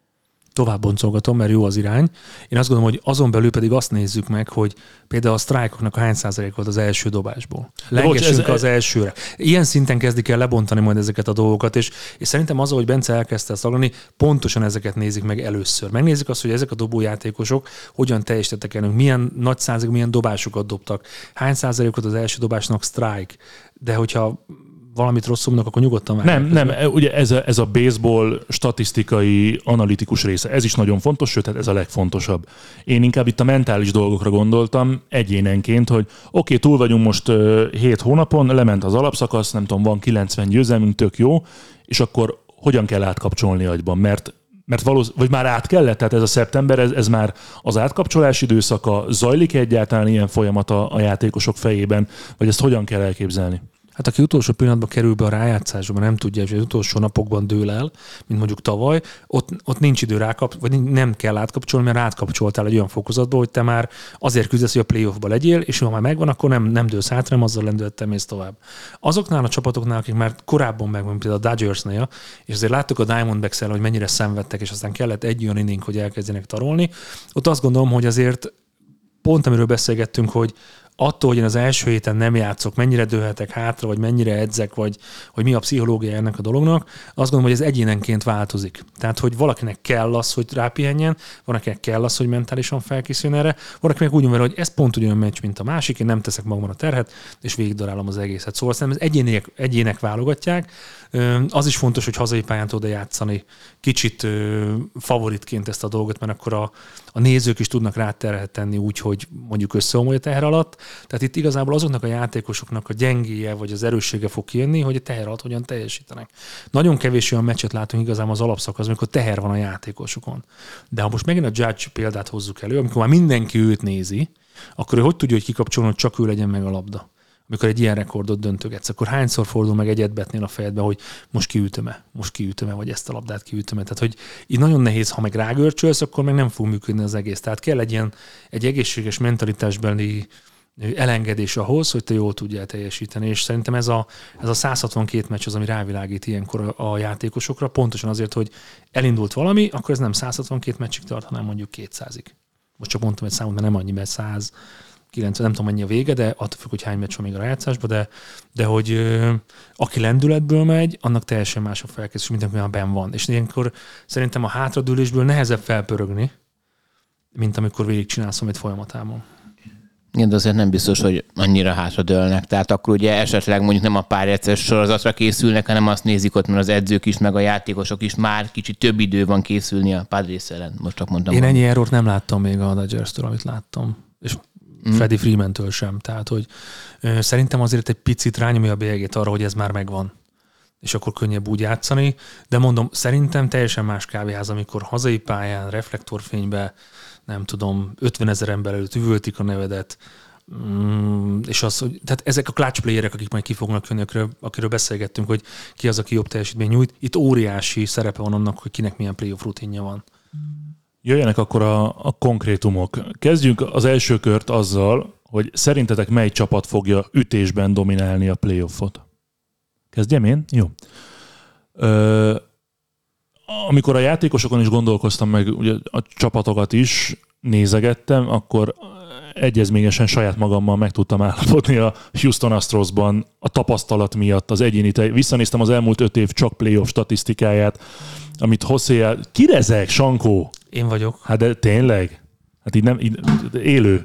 Tovább boncolgatom, mert jó az irány. Én azt gondolom, hogy azon belül pedig azt nézzük meg, hogy például a sztrájkoknak a hány százalék volt az első dobásból. Lengessünk az elsőre. Ilyen szinten kezdik el lebontani majd ezeket a dolgokat, és szerintem az, ahogy Bence elkezdte ezt taglalni, pontosan ezeket nézik meg először. Megnézzük azt, hogy ezek a dobójátékosok hogyan teljesítettek elünk, milyen nagy százalék, milyen dobásokat dobtak, hány százalékot az első dobásnak strike, de hogyha valamit rosszul mondok, akkor nyugodtan várják.
Nem, ugye ez a baseball statisztikai, analitikus része, ez is nagyon fontos, sőt, ez a legfontosabb. Én inkább itt a mentális dolgokra gondoltam egyénenként, hogy oké, túl vagyunk most 7 hónapon, lement az alapszakasz, nem tudom, van 90 győzelmünk, tök jó, és akkor hogyan kell átkapcsolni agyban, mert vagy már át kellett, tehát ez a szeptember, ez már az átkapcsolás időszaka, zajlik egyáltalán ilyen folyamat a játékosok fejében, vagy ezt hogyan kell elképzelni?
Hát aki utolsó pillanatban kerül be a rájátszásba, nem tudja, hogy az utolsó napokban dől el, mint mondjuk tavaly, ott nincs idő vagy nem kell átkapcsolni, mert átkapcsoltál egy olyan fokozatba, hogy te már azért küzdesz, hogy a playoffba legyél, és ha már megvan, akkor nem dőlsz hátra, nem azzal lendülettel mész tovább. Azoknál a csapatoknál, akik már korábban megvan, például a Dodgersnél, és azért láttuk a Diamondbacks-el, hogy mennyire szenvedtek, és aztán kellett egy olyan inning, hogy elkezdjenek tarolni. Ott azt gondolom, hogy azért pont amiről beszélgettünk, hogy attól, hogy én az első héten nem játszok, mennyire dőlhetek hátra, vagy mennyire edzek, vagy hogy mi a pszichológia ennek a dolognak, azt gondolom, hogy ez egyénenként változik. Tehát, hogy valakinek kell az, hogy rápihenjen, valakinek kell az, hogy mentálisan felkészüljön erre, valakinek úgy van, hogy ez pont ugyanolyan meccs, mint a másik, én nem teszek magamon a terhet, és végigdarálom az egészet. Szóval szerintem ez egyének válogatják. Az is fontos, hogy hazai pályán tud játszani kicsit favoritként ezt a dolgot, mert akkor a nézők is tudnak rá terhet tenni úgy, hogy mondjuk összeomolja a teher alatt. Tehát itt igazából azoknak a játékosoknak a gyengéje vagy az erőssége fog kijönni, hogy a teher alatt hogyan teljesítenek. Nagyon kevés olyan meccset látunk igazából az alapszakasz, amikor teher van a játékosokon. De ha most megint a Judge példát hozzuk elő, amikor már mindenki őt nézi, akkor ő hogy tudja, hogy kikapcsolni, hogy csak ő legyen meg a labda? Amikor egy ilyen rekordot döntögetsz, akkor hányszor fordul meg egy betnél a fejedbe, hogy most kiütöm-e, vagy ezt a labdát kiütöm-e. Tehát, hogy így nagyon nehéz, ha meg rágörcsölsz, akkor meg nem fog működni az egész. Tehát kell egy egészséges mentalitásbeli elengedés ahhoz, hogy te jól tudjál teljesíteni. És szerintem ez a 162 meccs az, ami rávilágít ilyenkor a játékosokra, pontosan azért, hogy elindult valami, akkor ez nem 162 meccsig tart, hanem mondjuk 200-ig. Most csak mondtam egy számot, mert nem annyi, mert 190, nem tudom mennyi a vége, de attól függ, hogy hány meccs van még a rájátszásban, de hogy aki lendületből megy, annak teljesen más a felkészülés, mint amikor benn van. És ilyenkor szerintem a hátradőlésből nehezebb felpörögni, mint amikor végigcsinálsz egy folyamatában.
Igen, de azért nem biztos, hogy annyira hátradőlnek. Tehát akkor ugye esetleg mondjuk nem a párjátszás sorozatra készülnek, hanem azt nézik ott, mert az edzők is, meg a játékosok is már kicsit több idő van készülni a Padres ellen. Most csak mondtam.
Én ennyi errort nem láttam még a Dodgers-től, amit láttam. És Freddie Freeman-től sem. Tehát, hogy szerintem azért egy picit rányomja a bélyegét arra, hogy ez már megvan. És akkor könnyebb úgy játszani. De mondom, szerintem teljesen más kávéház, amikor hazai pályán, reflektorfénybe, nem tudom, 50 000 ember előtt üvöltik a nevedet, és az, hogy, tehát ezek a clutch playerek, akik majd ki fognak jönni, akiről beszélgettünk, hogy ki az, aki jobb teljesítmény nyújt, itt óriási szerepe van annak, hogy kinek milyen playoff rutinja van.
Jöjjenek akkor a konkrétumok. Kezdjünk az első kört azzal, hogy szerintetek mely csapat fogja ütésben dominálni a playoffot? Kezdjem én? Jó. Amikor a játékosokon is gondolkoztam, meg ugye a csapatokat is nézegettem, akkor egyezményesen saját magammal meg tudtam állapodni a Houston Astrosban a tapasztalat miatt, az egyéni visszanéztem az elmúlt 5 év csak playoff statisztikáját, amit José... Kirezek, Sankó?
Én vagyok.
Hát de tényleg? Hát így élő.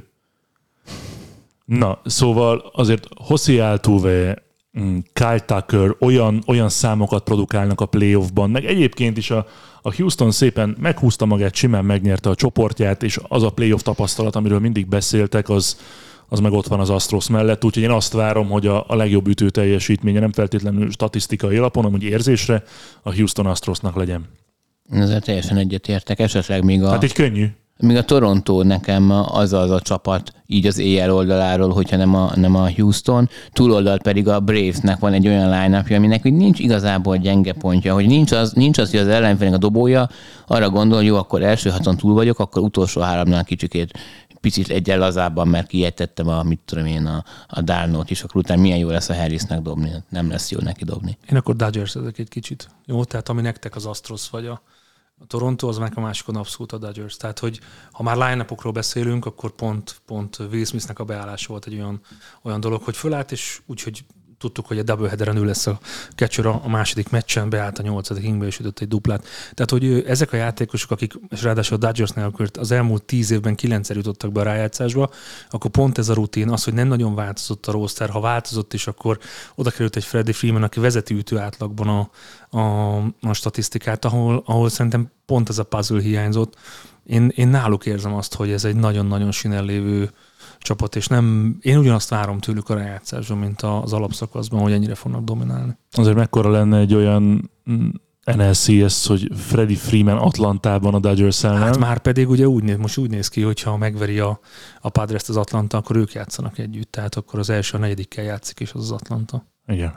Na, szóval azért José Altuve, Kyle Tucker olyan számokat produkálnak a playoffban, meg egyébként is a Houston szépen meghúzta magát, simán megnyerte a csoportját, és az a playoff tapasztalat, amiről mindig beszéltek, az meg ott van az Astros mellett, úgyhogy én azt várom, hogy a legjobb ütő teljesítménye nem feltétlenül statisztikai alapon, hanem hogy érzésre a Houston Astrosnak legyen.
Ezzel teljesen egyetértek, esetleg még
Hát így könnyű.
Még a Toronto nekem az a csapat, így az éjjel oldaláról, hogyha nem a Houston, túloldalt pedig a Bravesnek van egy olyan line-upja, aminek nincs igazából gyenge pontja, hogy nincs az, hogy az ellenfélnek a dobója arra gondol, hogy jó, akkor első haton túl vagyok, akkor utolsó 3-nál picit egyen lazábban, mert kiejtettem a Darnot is, akkor utána milyen jó lesz a Harrisnek dobni, nem lesz jó neki dobni.
Én akkor Dodgers ezek egy kicsit. Jó, tehát ami nektek az Astros vagy a Toronto, az meg a másikon abszolút a Dodgers. Tehát, hogy ha már line-upokról beszélünk, akkor pont Will Smithnek a beállása volt egy olyan dolog, hogy fölállt, és úgyhogy tudtuk, hogy a doubleheaderen ő lesz a catcher a második meccsen, beállt a 8. inningbe és ütött egy duplát. Tehát, hogy ezek a játékosok, akik, és ráadásul a Dodgersnél az elmúlt 10 évben 9-szer jutottak be a rájátszásba, akkor pont ez a rutin, az, hogy nem nagyon változott a roster, ha változott is, akkor oda került egy Freddie Freeman, aki vezeti ütő átlagban a statisztikát, ahol szerintem pont ez a puzzle hiányzott. Én náluk érzem azt, hogy ez egy nagyon-nagyon sinen lévő csapat, és én ugyanazt várom tőlük a rájátszásban, mint az alapszakaszban, hogy ennyire fognak dominálni.
Azért mekkora lenne egy olyan NLCS, hogy Freddie Freeman Atlantában a Dodgers ellen?
Hát már pedig ugye most úgy néz ki, hogyha megveri a Padres-t az Atlanta, akkor ők játszanak együtt, tehát akkor az első a negyedikkel játszik, és az Atlanta.
Igen.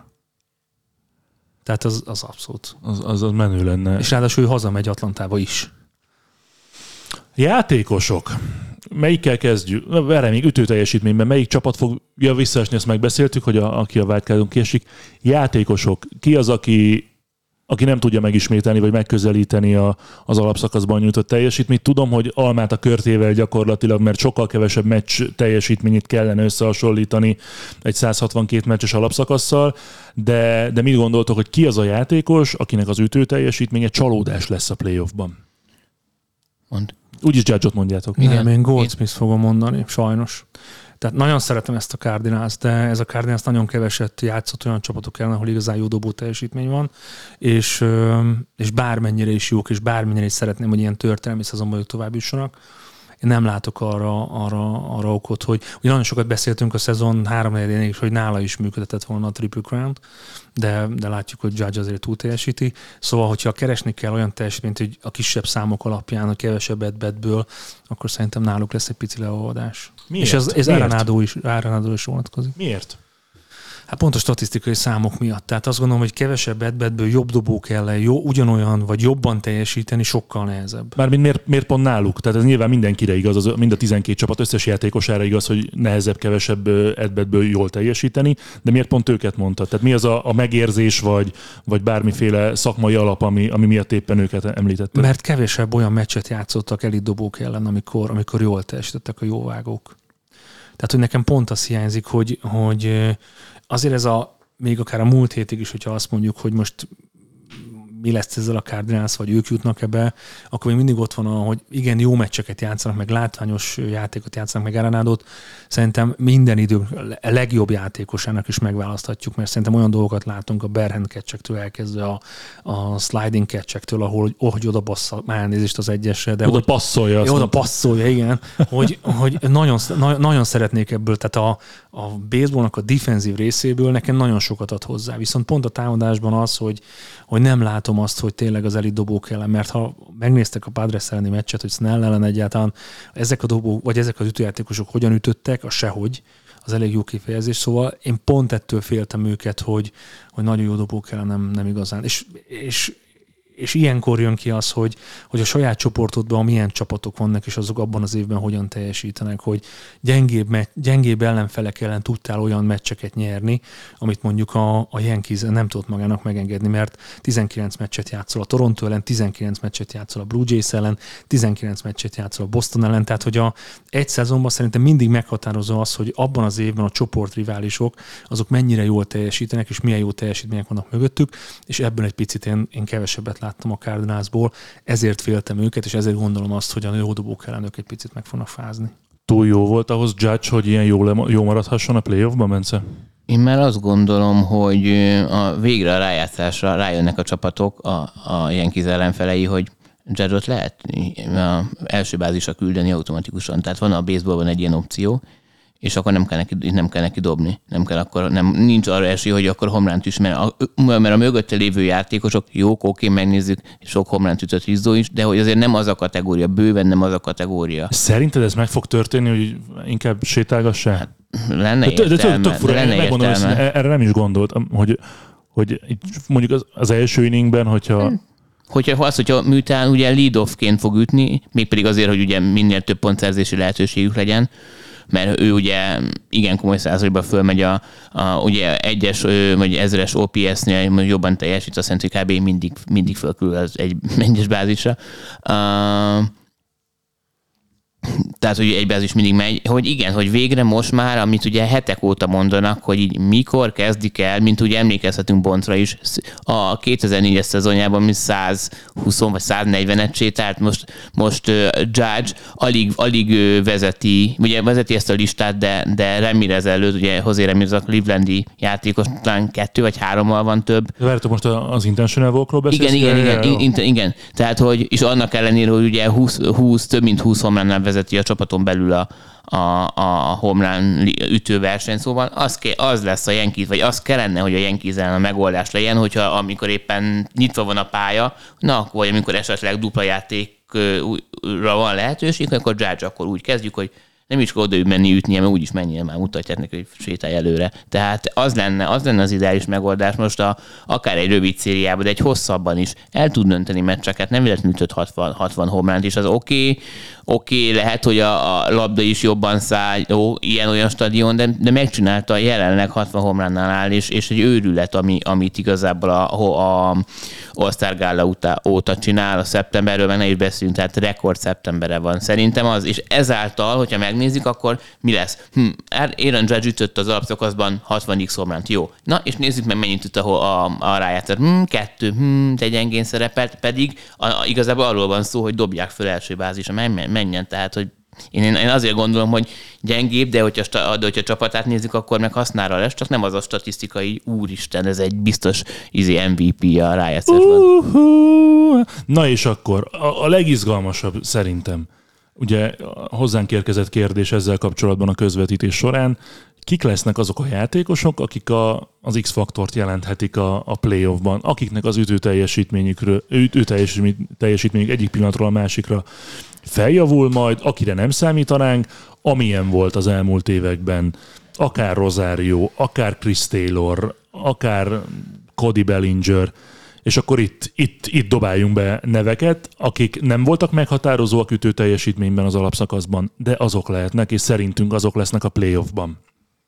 Tehát az abszolút.
Az menő lenne.
És ráadásul ő hazamegy Atlantába is.
Játékosok. Melyikkel kezdjük? Erre még ütőteljesítményben melyik csapat fogja visszaesni, ezt megbeszéltük, hogy aki a wildcardon kiesik. Játékosok. Ki az, aki nem tudja megismételni, vagy megközelíteni az alapszakaszban nyújtott teljesítményt? Tudom, hogy Almát a körtével gyakorlatilag, mert sokkal kevesebb meccs teljesítményét kellene összehasonlítani egy 162 meccses alapszakasszal, de mit gondoltok, hogy ki az a játékos, akinek az ütő teljesítménye csalódás lesz a playoffban?
Mond.
Úgyis Judge-ot mondjátok.
Nem, én Goldsmith fogom mondani, sajnos. Tehát nagyon szeretem ezt a Cardinals, de ez a Cardinals nagyon keveset játszott olyan csapatok ellen, ahol igazán jó dobó teljesítmény van, és bármennyire is jók, és bármennyire is szeretném, hogy ilyen történelmi szezonban ők tovább jussanak. én nem látok arra okot, hogy ugye nagyon sokat beszéltünk a szezon 3-4-én is, hogy nála is működhetett volna a Triple Crown, de látjuk, hogy Judge azért túl teljesíti. Szóval, hogyha keresni kell olyan teljesítményt, hogy a kisebb számok alapján, hogy kevesebb at-batből, akkor szerintem náluk lesz egy pici leolvadás.
Miért?
És ez Arenado is vonatkozik.
Miért?
Hát pont a statisztikai számok miatt. Tehát azt gondolom, hogy kevesebb at-batből jobb dobók ellen ugyanolyan, vagy jobban teljesíteni sokkal nehezebb.
Mármint miért pont náluk? Tehát ez nyilván mindenkire igaz, mind a 12 csapat összes játékosára igaz, hogy nehezebb, kevesebb at-batből jól teljesíteni, de miért pont őket mondtad? Tehát mi az a megérzés, vagy bármiféle szakmai alap, ami miatt éppen őket említetted?
Mert kevesebb olyan meccset játszottak elit dobók ellen, amikor jól teljesítettek a jóvágók. Tehát, hogy nekem pont az hiányzik, hogy azért ez még akár a múlt hétig is, hogyha azt mondjuk, hogy most mi lesz ezzel a Cardinals, vagy ők jutnak ebbe, akkor még mindig ott van, hogy igen, jó meccseket játszanak, meg látványos játékot játszanak, meg Arenadót. Szerintem minden idő legjobb játékosának is megválaszthatjuk, mert szerintem olyan dolgokat látunk a barehand catchektől elkezdve a sliding catchektől, ahol oda bassza, már elnézést az egyesre, de
oda passzolja.
Oda passzolja, igen. hogy nagyon szeretnék ebből, tehát a baseballnak a defenzív részéből nekem nagyon sokat ad hozzá. Viszont pont a támadásban az, hogy nem látom azt, hogy tényleg az elit dobók ellen, mert ha megnéztek a Padres elleni meccset, hogy Snell ellen egyáltalán ezek a dobók, vagy ezek az ütőjátékosok hogyan ütöttek, a sehogy, az elég jó kifejezés, szóval én pont ettől féltem őket, hogy nagyon jó dobók ellen nem igazán. És ilyenkor jön ki az, hogy a saját csoportodban milyen csapatok vannak, és azok abban az évben hogyan teljesítenek, hogy gyengébb ellenfelek ellen tudtál olyan meccseket nyerni, amit mondjuk a Yankees nem tudott magának megengedni, mert 19 meccset játszol a Toronto ellen, 19 meccset játszol a Blue Jays ellen, 19 meccset játszol a Boston ellen, tehát hogy egy szezonban szerintem mindig meghatározó az, hogy abban az évben a csoportriválisok azok mennyire jól teljesítenek, és milyen jó teljesítmények vannak mögöttük, és ebből egy picit én kevesebbet láttam a Cardinalsból, ezért féltem őket, és ezért gondolom azt, hogy a jó dobók ellen ők egy picit meg fognak fázni.
Túl jó volt ahhoz Judge, hogy ilyen jó maradhasson a playoffban, Bence?
Én már azt gondolom, hogy végre a rájátszásra rájönnek a csapatok, a Yankees ellenfelei, hogy Judge-ot lehet első bázisra küldeni automatikusan. Tehát van a baseballban egy ilyen opció, és akkor nem kell neki dobni. Nincs arra esély, hogy akkor homránt is, mert a mögötte lévő játékosok jók, oké, megnézzük, sok homránt ütött Rizzo is, de hogy azért nem az a kategória, bőven nem az a kategória.
Szerinted ez meg fog történni, hogy inkább sétálgassá?
Hát, lenne értelme.
Erre nem is gondoltam, hogy mondjuk az első inningben, hogyha
miután ugye lead-off-ként fog ütni, mégpedig azért, hogy ugye minél több pontszerzési lehetőségük legyen, mert ő ugye igen komoly százalékban fölmegy ugye 1-es vagy 1000-es OPS-nél jobban teljesít, azt jelenti, hogy kb. mindig fölkül az egy egyes bázisra. Tehát, hogy egy bázis mindig megy, hogy igen, hogy végre most már, amit ugye hetek óta mondanak, hogy így mikor kezdik el, mint ugye emlékezhetünk Bontra is, a 2004-es szezonjában mi 120 vagy 140-et sétált, most Judge alig vezeti ezt a listát, de Ramirez előtt, ugye José Ramirez a clevelandi játékos, talán 2 vagy 3-mal van több.
Várjátok, most az intentional walkról beszélsz?
Igen. Tehát, hogy és annak ellenére, hogy ugye több mint 20 homránnál vezeti a csapaton belül a homrán ütőverseny, szóval az lesz a Yankees, vagy az kellene, hogy a Yankees ellen a megoldás legyen, hogyha amikor éppen nyitva van a pálya, vagy amikor esetleg dupla játékra van lehetőség, akkor Judge akkor úgy kezdjük, hogy nem is kell oda menni ütnie, mert úgyis mennyire már mutatják neki, hogy sétálj előre. Tehát az lenne az ideális megoldás most akár egy rövid szériában, de egy hosszabban is el tud dönteni meccseket, nem véletlenül ütött 60 homránt is, az oké, lehet, hogy a labda is jobban száll, ilyen-olyan stadion, de megcsinálta, jelenleg 60 homránnál áll, és egy őrület, amit igazából a All-Star Gála óta csinál, a szeptemberről meg ne is beszélünk, tehát rekord szeptemberre van. Szerintem az, és ezáltal, hogyha megnézzük, akkor mi lesz? Aaron Judge ütött az alapszakaszban 60x homránt, jó. Na, és nézzük meg, mennyit üt a rájátszat. 2, egy gyengén szerepelt, pedig igazából arról van szó, hogy dobják föl első bázisra, menjen, tehát, hogy én azért gondolom, hogy gyengébb, de hogyha csapatát nézzük, akkor meg hasznára lesz, csak nem az a statisztikai, úristen, ez egy biztos MVP a rájátszásban.
Na és akkor a legizgalmasabb szerintem Ugye hozzánk érkezett kérdés ezzel kapcsolatban a közvetítés során. Kik lesznek azok a játékosok, akik az X-faktort jelenthetik a playoffban, akiknek az ütőteljesítményük egyik pillanatról a másikra feljavul majd, akire nem számítanánk, amilyen volt az elmúlt években, akár Rosario, akár Chris Taylor, akár Cody Bellinger, és akkor itt dobáljunk be neveket, akik nem voltak meghatározóak ütőteljesítményben az alapszakaszban, de azok lehetnek, és szerintünk azok lesznek a playoffban.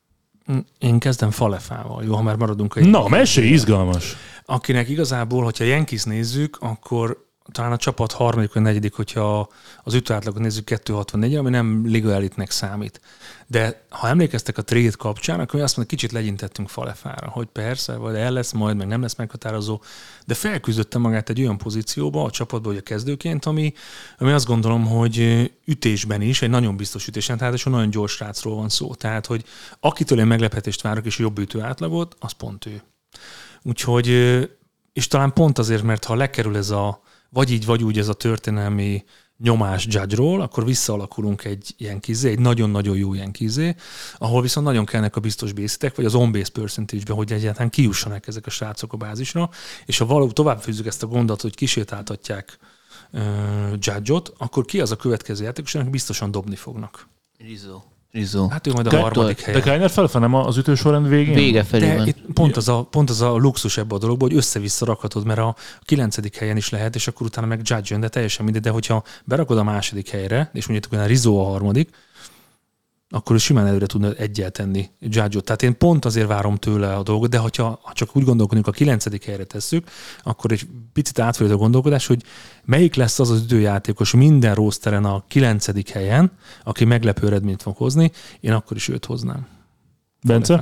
Én kezdem Falefával, jó, ha már maradunk a...
Na, mesélj, izgalmas!
Akinek igazából, hogyha Yankees nézzük, akkor talán a csapat harmadik vagy negyedik, hogyha az ütőátlagot nézzük 2.64, ami nem liga elitnek számít. De ha emlékeztek a trade kapcsán, akkor azt mondom, kicsit legyintettünk Falefára, hogy persze, vagy el lesz majd, meg nem lesz meghatározó, de felküzdötte magát egy olyan pozícióba a csapatba, hogy a kezdőként, ami azt gondolom, hogy ütésben is egy nagyon biztos ütésen, tehát és nagyon gyors srácról van szó. Tehát, hogy akitől én meglepetést várok és jobb ütőátlagot, az pont ő. Úgyhogy, és talán pont azért, mert ha lekerül ez a vagy így, vagy úgy ez a történelmi nyomás Judge-ról, akkor visszaalakulunk egy Yankees-zé, egy nagyon-nagyon jó Yankees-zé, ahol viszont nagyon kellnek a biztos base-itek, vagy az on-base percentage-be, hogy egyáltalán kijussanak ezek a srácok a bázisra, és ha valóban továbbfűzzük ezt a gondolatot, hogy kisétáltatják Judge-ot, akkor ki az a következő játékos, akinek biztosan dobni fognak?
Rizzo.
Hát ő majd a harmadik helyen.
De Kiner felfelé nem az ütősorrend végén?
Vége felé
de
van.
Itt pont az a luxus ebbe a dologba, hogy össze-vissza rakhatod, mert a 9. helyen is lehet, és akkor utána meg Judge jön, de teljesen mindegy, de hogyha berakod a második helyre, és mondjuk olyan Rizzo a harmadik, akkor ő simán előre tudna egyel tenni Judge-ot. Tehát én pont azért várom tőle a dolgot, de ha csak úgy gondolkodunk, a 9. helyre tesszük, akkor egy picit átfordít a gondolkodás, hogy melyik lesz az ütőjátékos minden rosteren a 9. helyen, aki meglepő eredményt fog hozni, én akkor is őt hoznám.
Bence?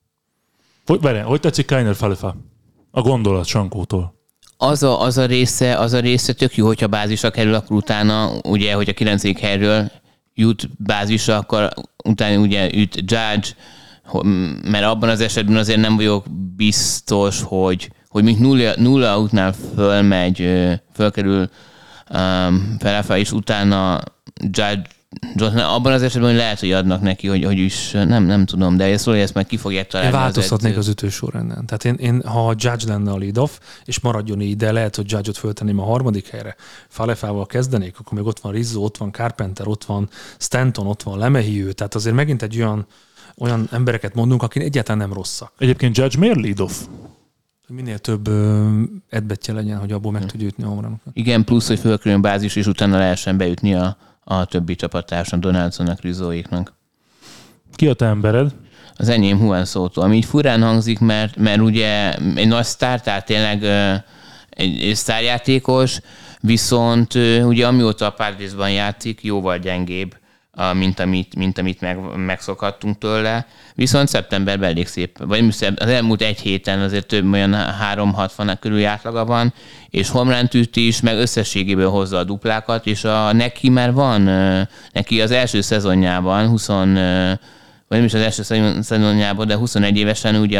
Hogy tetszik Kiner Falefa? A gondolat Sankótól.
Az a része tök jó, hogyha bázisra kerül, akkor utána, ugye, hogy a 9. helyről jut bázisra, akkor utána ugye jut Judge, mert abban az esetben azért nem vagyok biztos, hogy még nulla útnál fölkerül Falefa, és utána Judge, abban az esetben hogy lehet, hogy adnak neki, hogy is nem tudom, de ezt meg ki fogják találni.
Én változtatnék az ütősorrenden. Tehát én, ha Judge lenne a lead-off, és maradjon így, de lehet, hogy Judge-ot föltenném a harmadik helyre, Falefával kezdenék, akkor még ott van Rizzo, ott van Carpenter, ott van Stanton, ott van LeMahieu, tehát azért megint egy olyan embereket mondunk, akik egyáltalán nem rosszak.
Egyébként Judge miért lead-off?
Minél több edbetje legyen, hogy abból meg tudja ütni a homránokat.
Igen, plusz, hogy fölkerüljön bázis, és utána lehessen beütni a többi csapattársnak, Donaldsonnak, Rizzoéknak.
Ki a te embered?
Az enyém Juan Soto, ami így furán hangzik, mert ugye egy nagy sztár, tényleg egy sztárjátékos, viszont ugye amióta a Padresban játszik, jóval gyengébb, mint amit megszokhattunk tőle. Viszont szeptemberben elég szép, vagy az elmúlt egy héten azért több olyan 360 körüli átlaga van, és homerunt üt is, meg összességében hozza a duplákat, és neki már van, neki az első szezonjában, vagy nem is az első szezonjában, de 21 évesen ugye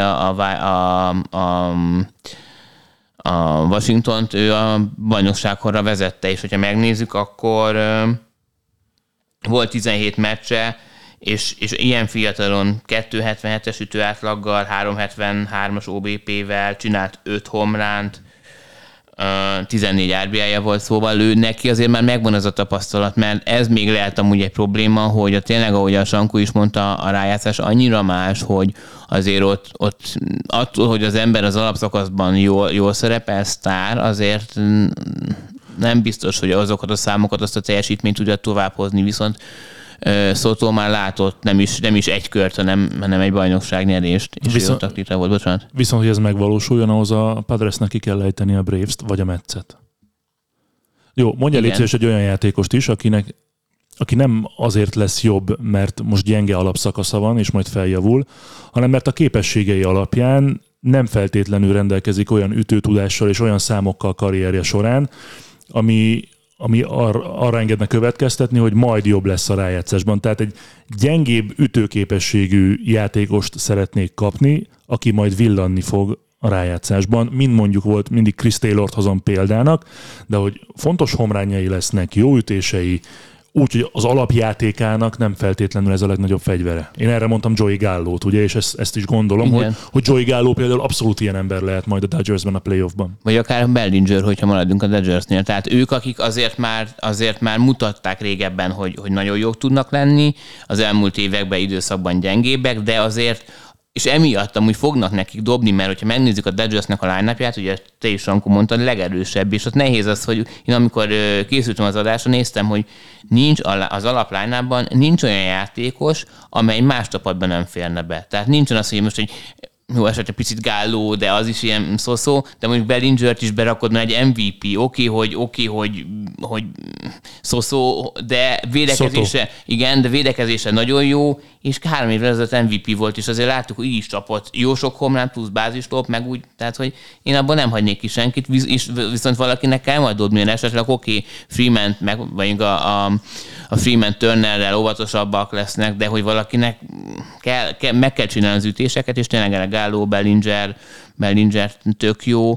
a Washingtont ő a bajnokságkorra vezette, és hogyha megnézzük, akkor volt 17 meccse, és ilyen fiatalon 2.77-es ütőátlaggal, 3.73-as OBP-vel csinált 5 homerunt, 14 RBI-ja volt, szóval neki azért már megvan az a tapasztalat, mert ez még lehet amúgy egy probléma, hogy tényleg, ahogy a Sankó is mondta, a rájátszás annyira más, hogy azért ott attól, hogy az ember az alapszakaszban jól szerepel, sztár, azért nem biztos, hogy azokat a számokat, azt a teljesítményt tudja továbbhozni, viszont Soto már látott nem is egy kört, hanem egy bajnokságnyerést, és jó taktita volt, bocsánat.
Viszont, hogy ez megvalósuljon, ahhoz a Padresnek ki kell ejteni a Braves-t, vagy a Metszet. Jó, mondja légy szíves egy olyan játékost is, aki nem azért lesz jobb, mert most gyenge alapszakasza van, és majd feljavul, hanem mert a képességei alapján nem feltétlenül rendelkezik olyan ütőtudással és olyan számokkal karrierje során, ami arra engedne következtetni, hogy majd jobb lesz a rájátszásban. Tehát egy gyengébb ütőképességű játékost szeretnék kapni, aki majd villanni fog a rájátszásban. Mondjuk volt, mindig Chris Taylort hozom példának, de hogy fontos homrányai lesznek, jó ütései, úgyhogy az alapjátékának nem feltétlenül ez a legnagyobb fegyvere. Én erre mondtam Joey Gallót, ugye, és ezt is gondolom, hogy Joey Gallo például abszolút ilyen ember lehet majd a Dodgersben, a playoffban.
Vagy akár Bellinger, hogyha maradunk a Dodgersnél. Tehát ők, akik azért már mutatták régebben, hogy nagyon jók tudnak lenni, az elmúlt években időszakban gyengébbek, de azért és emiatt amúgy fognak nekik dobni, mert hogyha megnézzük a Dodgersnek a line-upját, ugye te is, Sankó, mondtad, legerősebb, és ott nehéz az, hogy én amikor készültem az adásra, néztem, hogy nincs az alap line-upban nincs olyan játékos, amely más csapatban nem férne be. Tehát nincsen az, hogy most egy jó esetleg picit Gallo, de az is ilyen szó, de mondjuk Bellingert is berakod, mert egy MVP, oké, hogy szó, de védekezése, igen, de védekezése nagyon jó, és 3 évvel ezelőtt MVP volt, és azért láttuk, hogy így is csapott jó sok homlán, plusz bázislop, meg úgy, tehát, hogy én abban nem hagynék ki senkit, viszont valakinek kell majd dobni, esetleg Freeman, vagy a Freeman Turnerrel óvatosabbak lesznek, de hogy valakinek meg kell csinálni az ütéseket, és tényleg Gallo, Bellinger tök jó.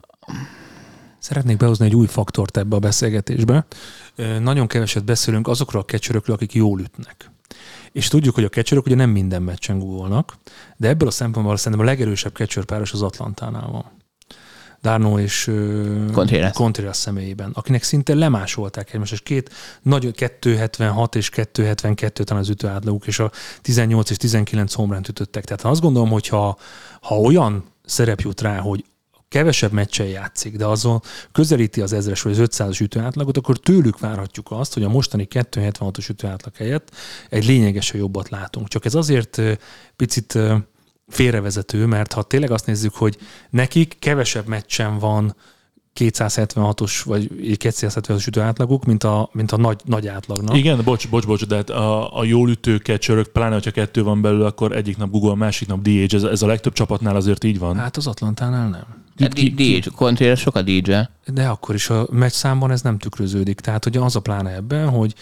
Szeretnék behozni egy új faktort ebbe a beszélgetésbe. Nagyon keveset beszélünk azokról a catcherökről, akik jól ütnek. És tudjuk, hogy a catcherök ugye nem minden meccsen googolnak, de ebből a szempontból szerintem a legerősebb catcher páros az Atlantánál van. d'Arnaud és Contreras személyében, akinek szinte lemásolták egymást, és két nagy 276 és 272 talán az ütő átlaguk, és a 18 és 19 home-runt ütöttek. Tehát azt gondolom, hogy ha olyan szerep jut rá, hogy kevesebb meccsen játszik, de azon közelíti az 1000-es vagy az 500-as ütőátlagot, akkor tőlük várhatjuk azt, hogy a mostani 276-os ütőátlag helyett egy lényegesen jobbat látunk. Csak ez azért picit félrevezető, mert ha tényleg azt nézzük, hogy nekik kevesebb meccsen van 276-os vagy 276-os ütőátlaguk, mint a nagy átlagnak.
Igen, bocs, de hát a jól ütő catcherök, pláne, hogyha 2 van belőle, akkor egyik nap Google, másik nap DH, ez a legtöbb csapatnál azért így van.
Hát az Atlantánál nem.
DH, Contreras sok a DJ.
De akkor is a meccs számban ez nem tükröződik. Tehát ugye az a pláne ebben, hogy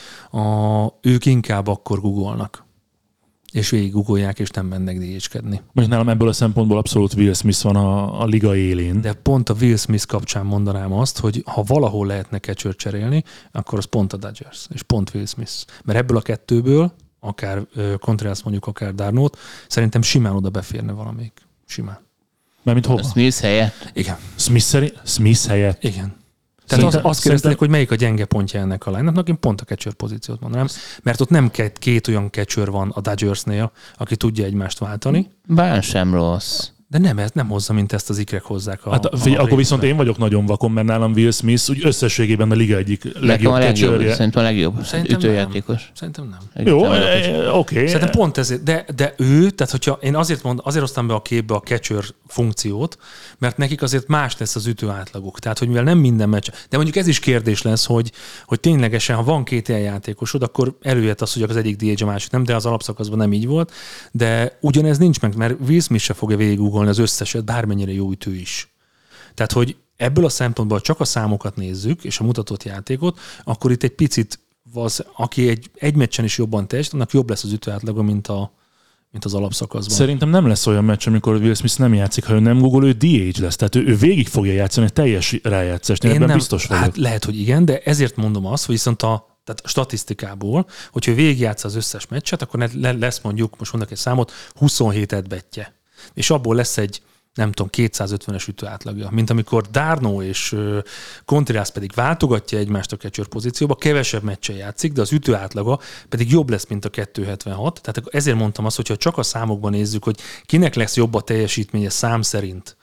ők inkább akkor googolnak. És végig googolják, és nem mennek DH-kedni.
Mondjuk nálam ebből a szempontból abszolút Will Smith van a liga élén.
De pont a Will Smith kapcsán mondanám azt, hogy ha valahol lehetne catcher cserélni, akkor az pont a Dodgers, és pont Will Smith. Mert ebből a kettőből, akár Contreras mondjuk, akár d'Arnaud, szerintem simán oda beférne valamelyik. Simán.
Mármint hova?
A Smith helyett?
Igen.
Smith helyett?
Igen. Tehát azt kérdezték, hogy melyik a gyenge pontja ennek a line-upnak, én pont a catcher pozíciót mondanám, mert ott nem két olyan catcher van a Dodgersnél, aki tudja egymást váltani.
Bár sem rossz.
De nem, ez nem hozza, mint ezt az ikrek hozzák.
Akkor viszont én vagyok nagyon vakon, mert nálam Will Smith úgy összességében a liga egyik legjobb catcherje.
Szerintem a legjobb ütőjátékos.
Szerintem nem.
Jó, oké.
Szerintem pont ezért, de ő, tehát hogyha én azért hoztam be a képbe a catcher funkciót, mert nekik azért más lesz az ütő átlaguk. Tehát, hogy mivel nem minden meccs, de mondjuk ez is kérdés lesz, hogy ténylegesen, ha van 2 ilyen játékosod, akkor előjött az, hogy az egyik DH, a másik nem, de az alapszakaszban nem így volt. De ugyanez nincs meg, mert Will Smith se fogja végigugolni az összeset, bármennyire jó ütő is. Tehát, hogy ebből a szempontból csak a számokat nézzük, és a mutatott játékot, akkor itt egy picit, aki egy meccsen is jobban teljesít, annak jobb lesz az ütőátlaga, mint az alapszakaszban.
Szerintem nem lesz olyan meccs, amikor Will Smith nem játszik, ha ő nem Google, ő DH lesz. Tehát ő végig fogja játszani egy teljes rájátszást. Én ebben biztos vagyok.
Hát lehet, hogy igen, de ezért mondom azt, hogy viszont tehát statisztikából, hogyha ő végigjátsza az összes meccset, akkor lesz mondjuk, most mondok egy számot, 27 at-betje. És abból lesz egy, nem tudom, 250-es ütő átlagja. Mint amikor d'Arnaud és Contreras pedig váltogatja egymást a catcher pozícióba, kevesebb meccsen játszik, de az ütő átlaga pedig jobb lesz, mint a 276. Tehát ezért mondtam azt, hogyha csak a számokban nézzük, hogy kinek lesz jobb a teljesítménye szám szerint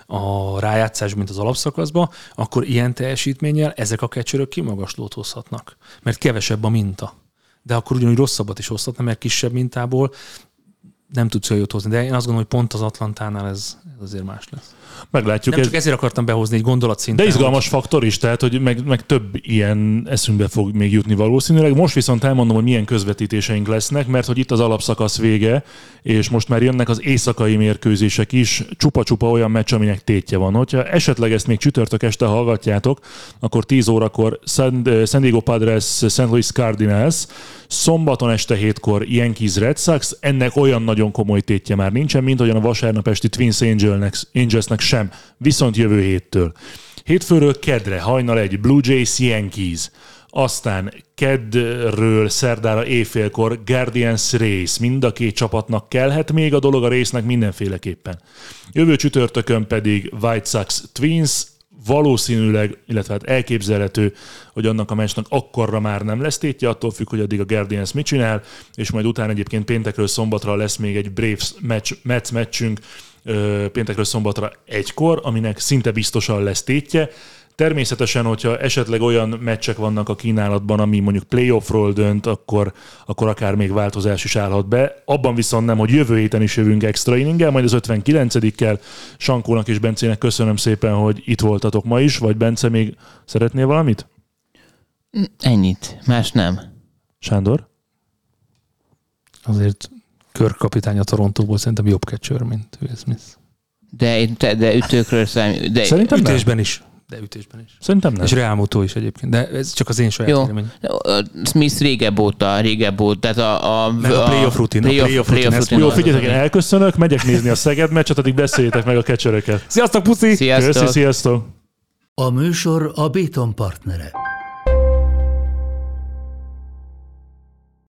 a rájátszás, mint az alapszakaszban, akkor ilyen teljesítménnyel ezek a catcherök kimagaslót hozhatnak. Mert kevesebb a minta. De akkor ugyanúgy rosszabbat is hozhatna, mert kisebb mintából nem tudsz jót hozni. De én azt gondolom, hogy pont az Atlantánál ez azért más lesz.
Meglátjuk.
Nem csak ezért akartam behozni egy gondolatszinten.
De izgalmas faktor is, tehát hogy meg több ilyen eszünkbe fog még jutni valószínűleg. Most viszont elmondom, hogy milyen közvetítéseink lesznek, mert hogy itt az alapszakasz vége, és most már jönnek az éjszakai mérkőzések is, csupa-csupa olyan meccs, aminek tétje van. Hogyha esetleg ezt még csütörtök este hallgatjátok, akkor 10 órakor San Diego Padres, St. Louis Cardinals, szombaton este 7-kor Yankees Red Sox, ennek olyan nagyon komoly tétje már nincsen, mint olyan a vasárnap esti Twins Angelsnek sem, viszont jövő héttől. Hétfőről kedre, hajnal 1, Blue Jays Yankees. Aztán keddről szerdára éjfélkor Guardians Race. Mind a két csapatnak kellhet még a dolog a résznek mindenféleképpen. Jövő csütörtökön pedig White Sox Twins, valószínűleg, illetve hát elképzelhető, hogy annak a meccsnek akkorra már nem lesz tétje, attól függ, hogy addig a Guardians mit csinál, és majd utána egyébként péntekről szombatra lesz még egy Braves meccsünk, péntekről szombatra 1-kor, aminek szinte biztosan lesz tétje. Természetesen, hogyha esetleg olyan meccsek vannak a kínálatban, ami mondjuk playoffról dönt, akkor akár még változás is állhat be. Abban viszont nem, hogy jövő héten is jövünk extra inninggel, majd az 59-kel. Sankónak és Bencének köszönöm szépen, hogy itt voltatok ma is, vagy Bence, még szeretnél valamit?
Ennyit, más nem.
Sándor?
Azért Kirk-kapitány a Torontóból szerintem jobb catcher, mint Will Smith.
De ütőkről számít.
Szerintem
ütésben is. Ütésben is.
Szerintem nem.
És Real Muto is egyébként, de ez csak az én saját véleményem.
Smith régebb óta, tehát a
playoff rutin.
Jó, figyeljetek, én elköszönök, megyek nézni a Szeged meccset, addig beszéljétek meg a catchereket.
Sziasztok, puszi!
Sziasztok!
Sziasztok!
A műsor a Béton partnere.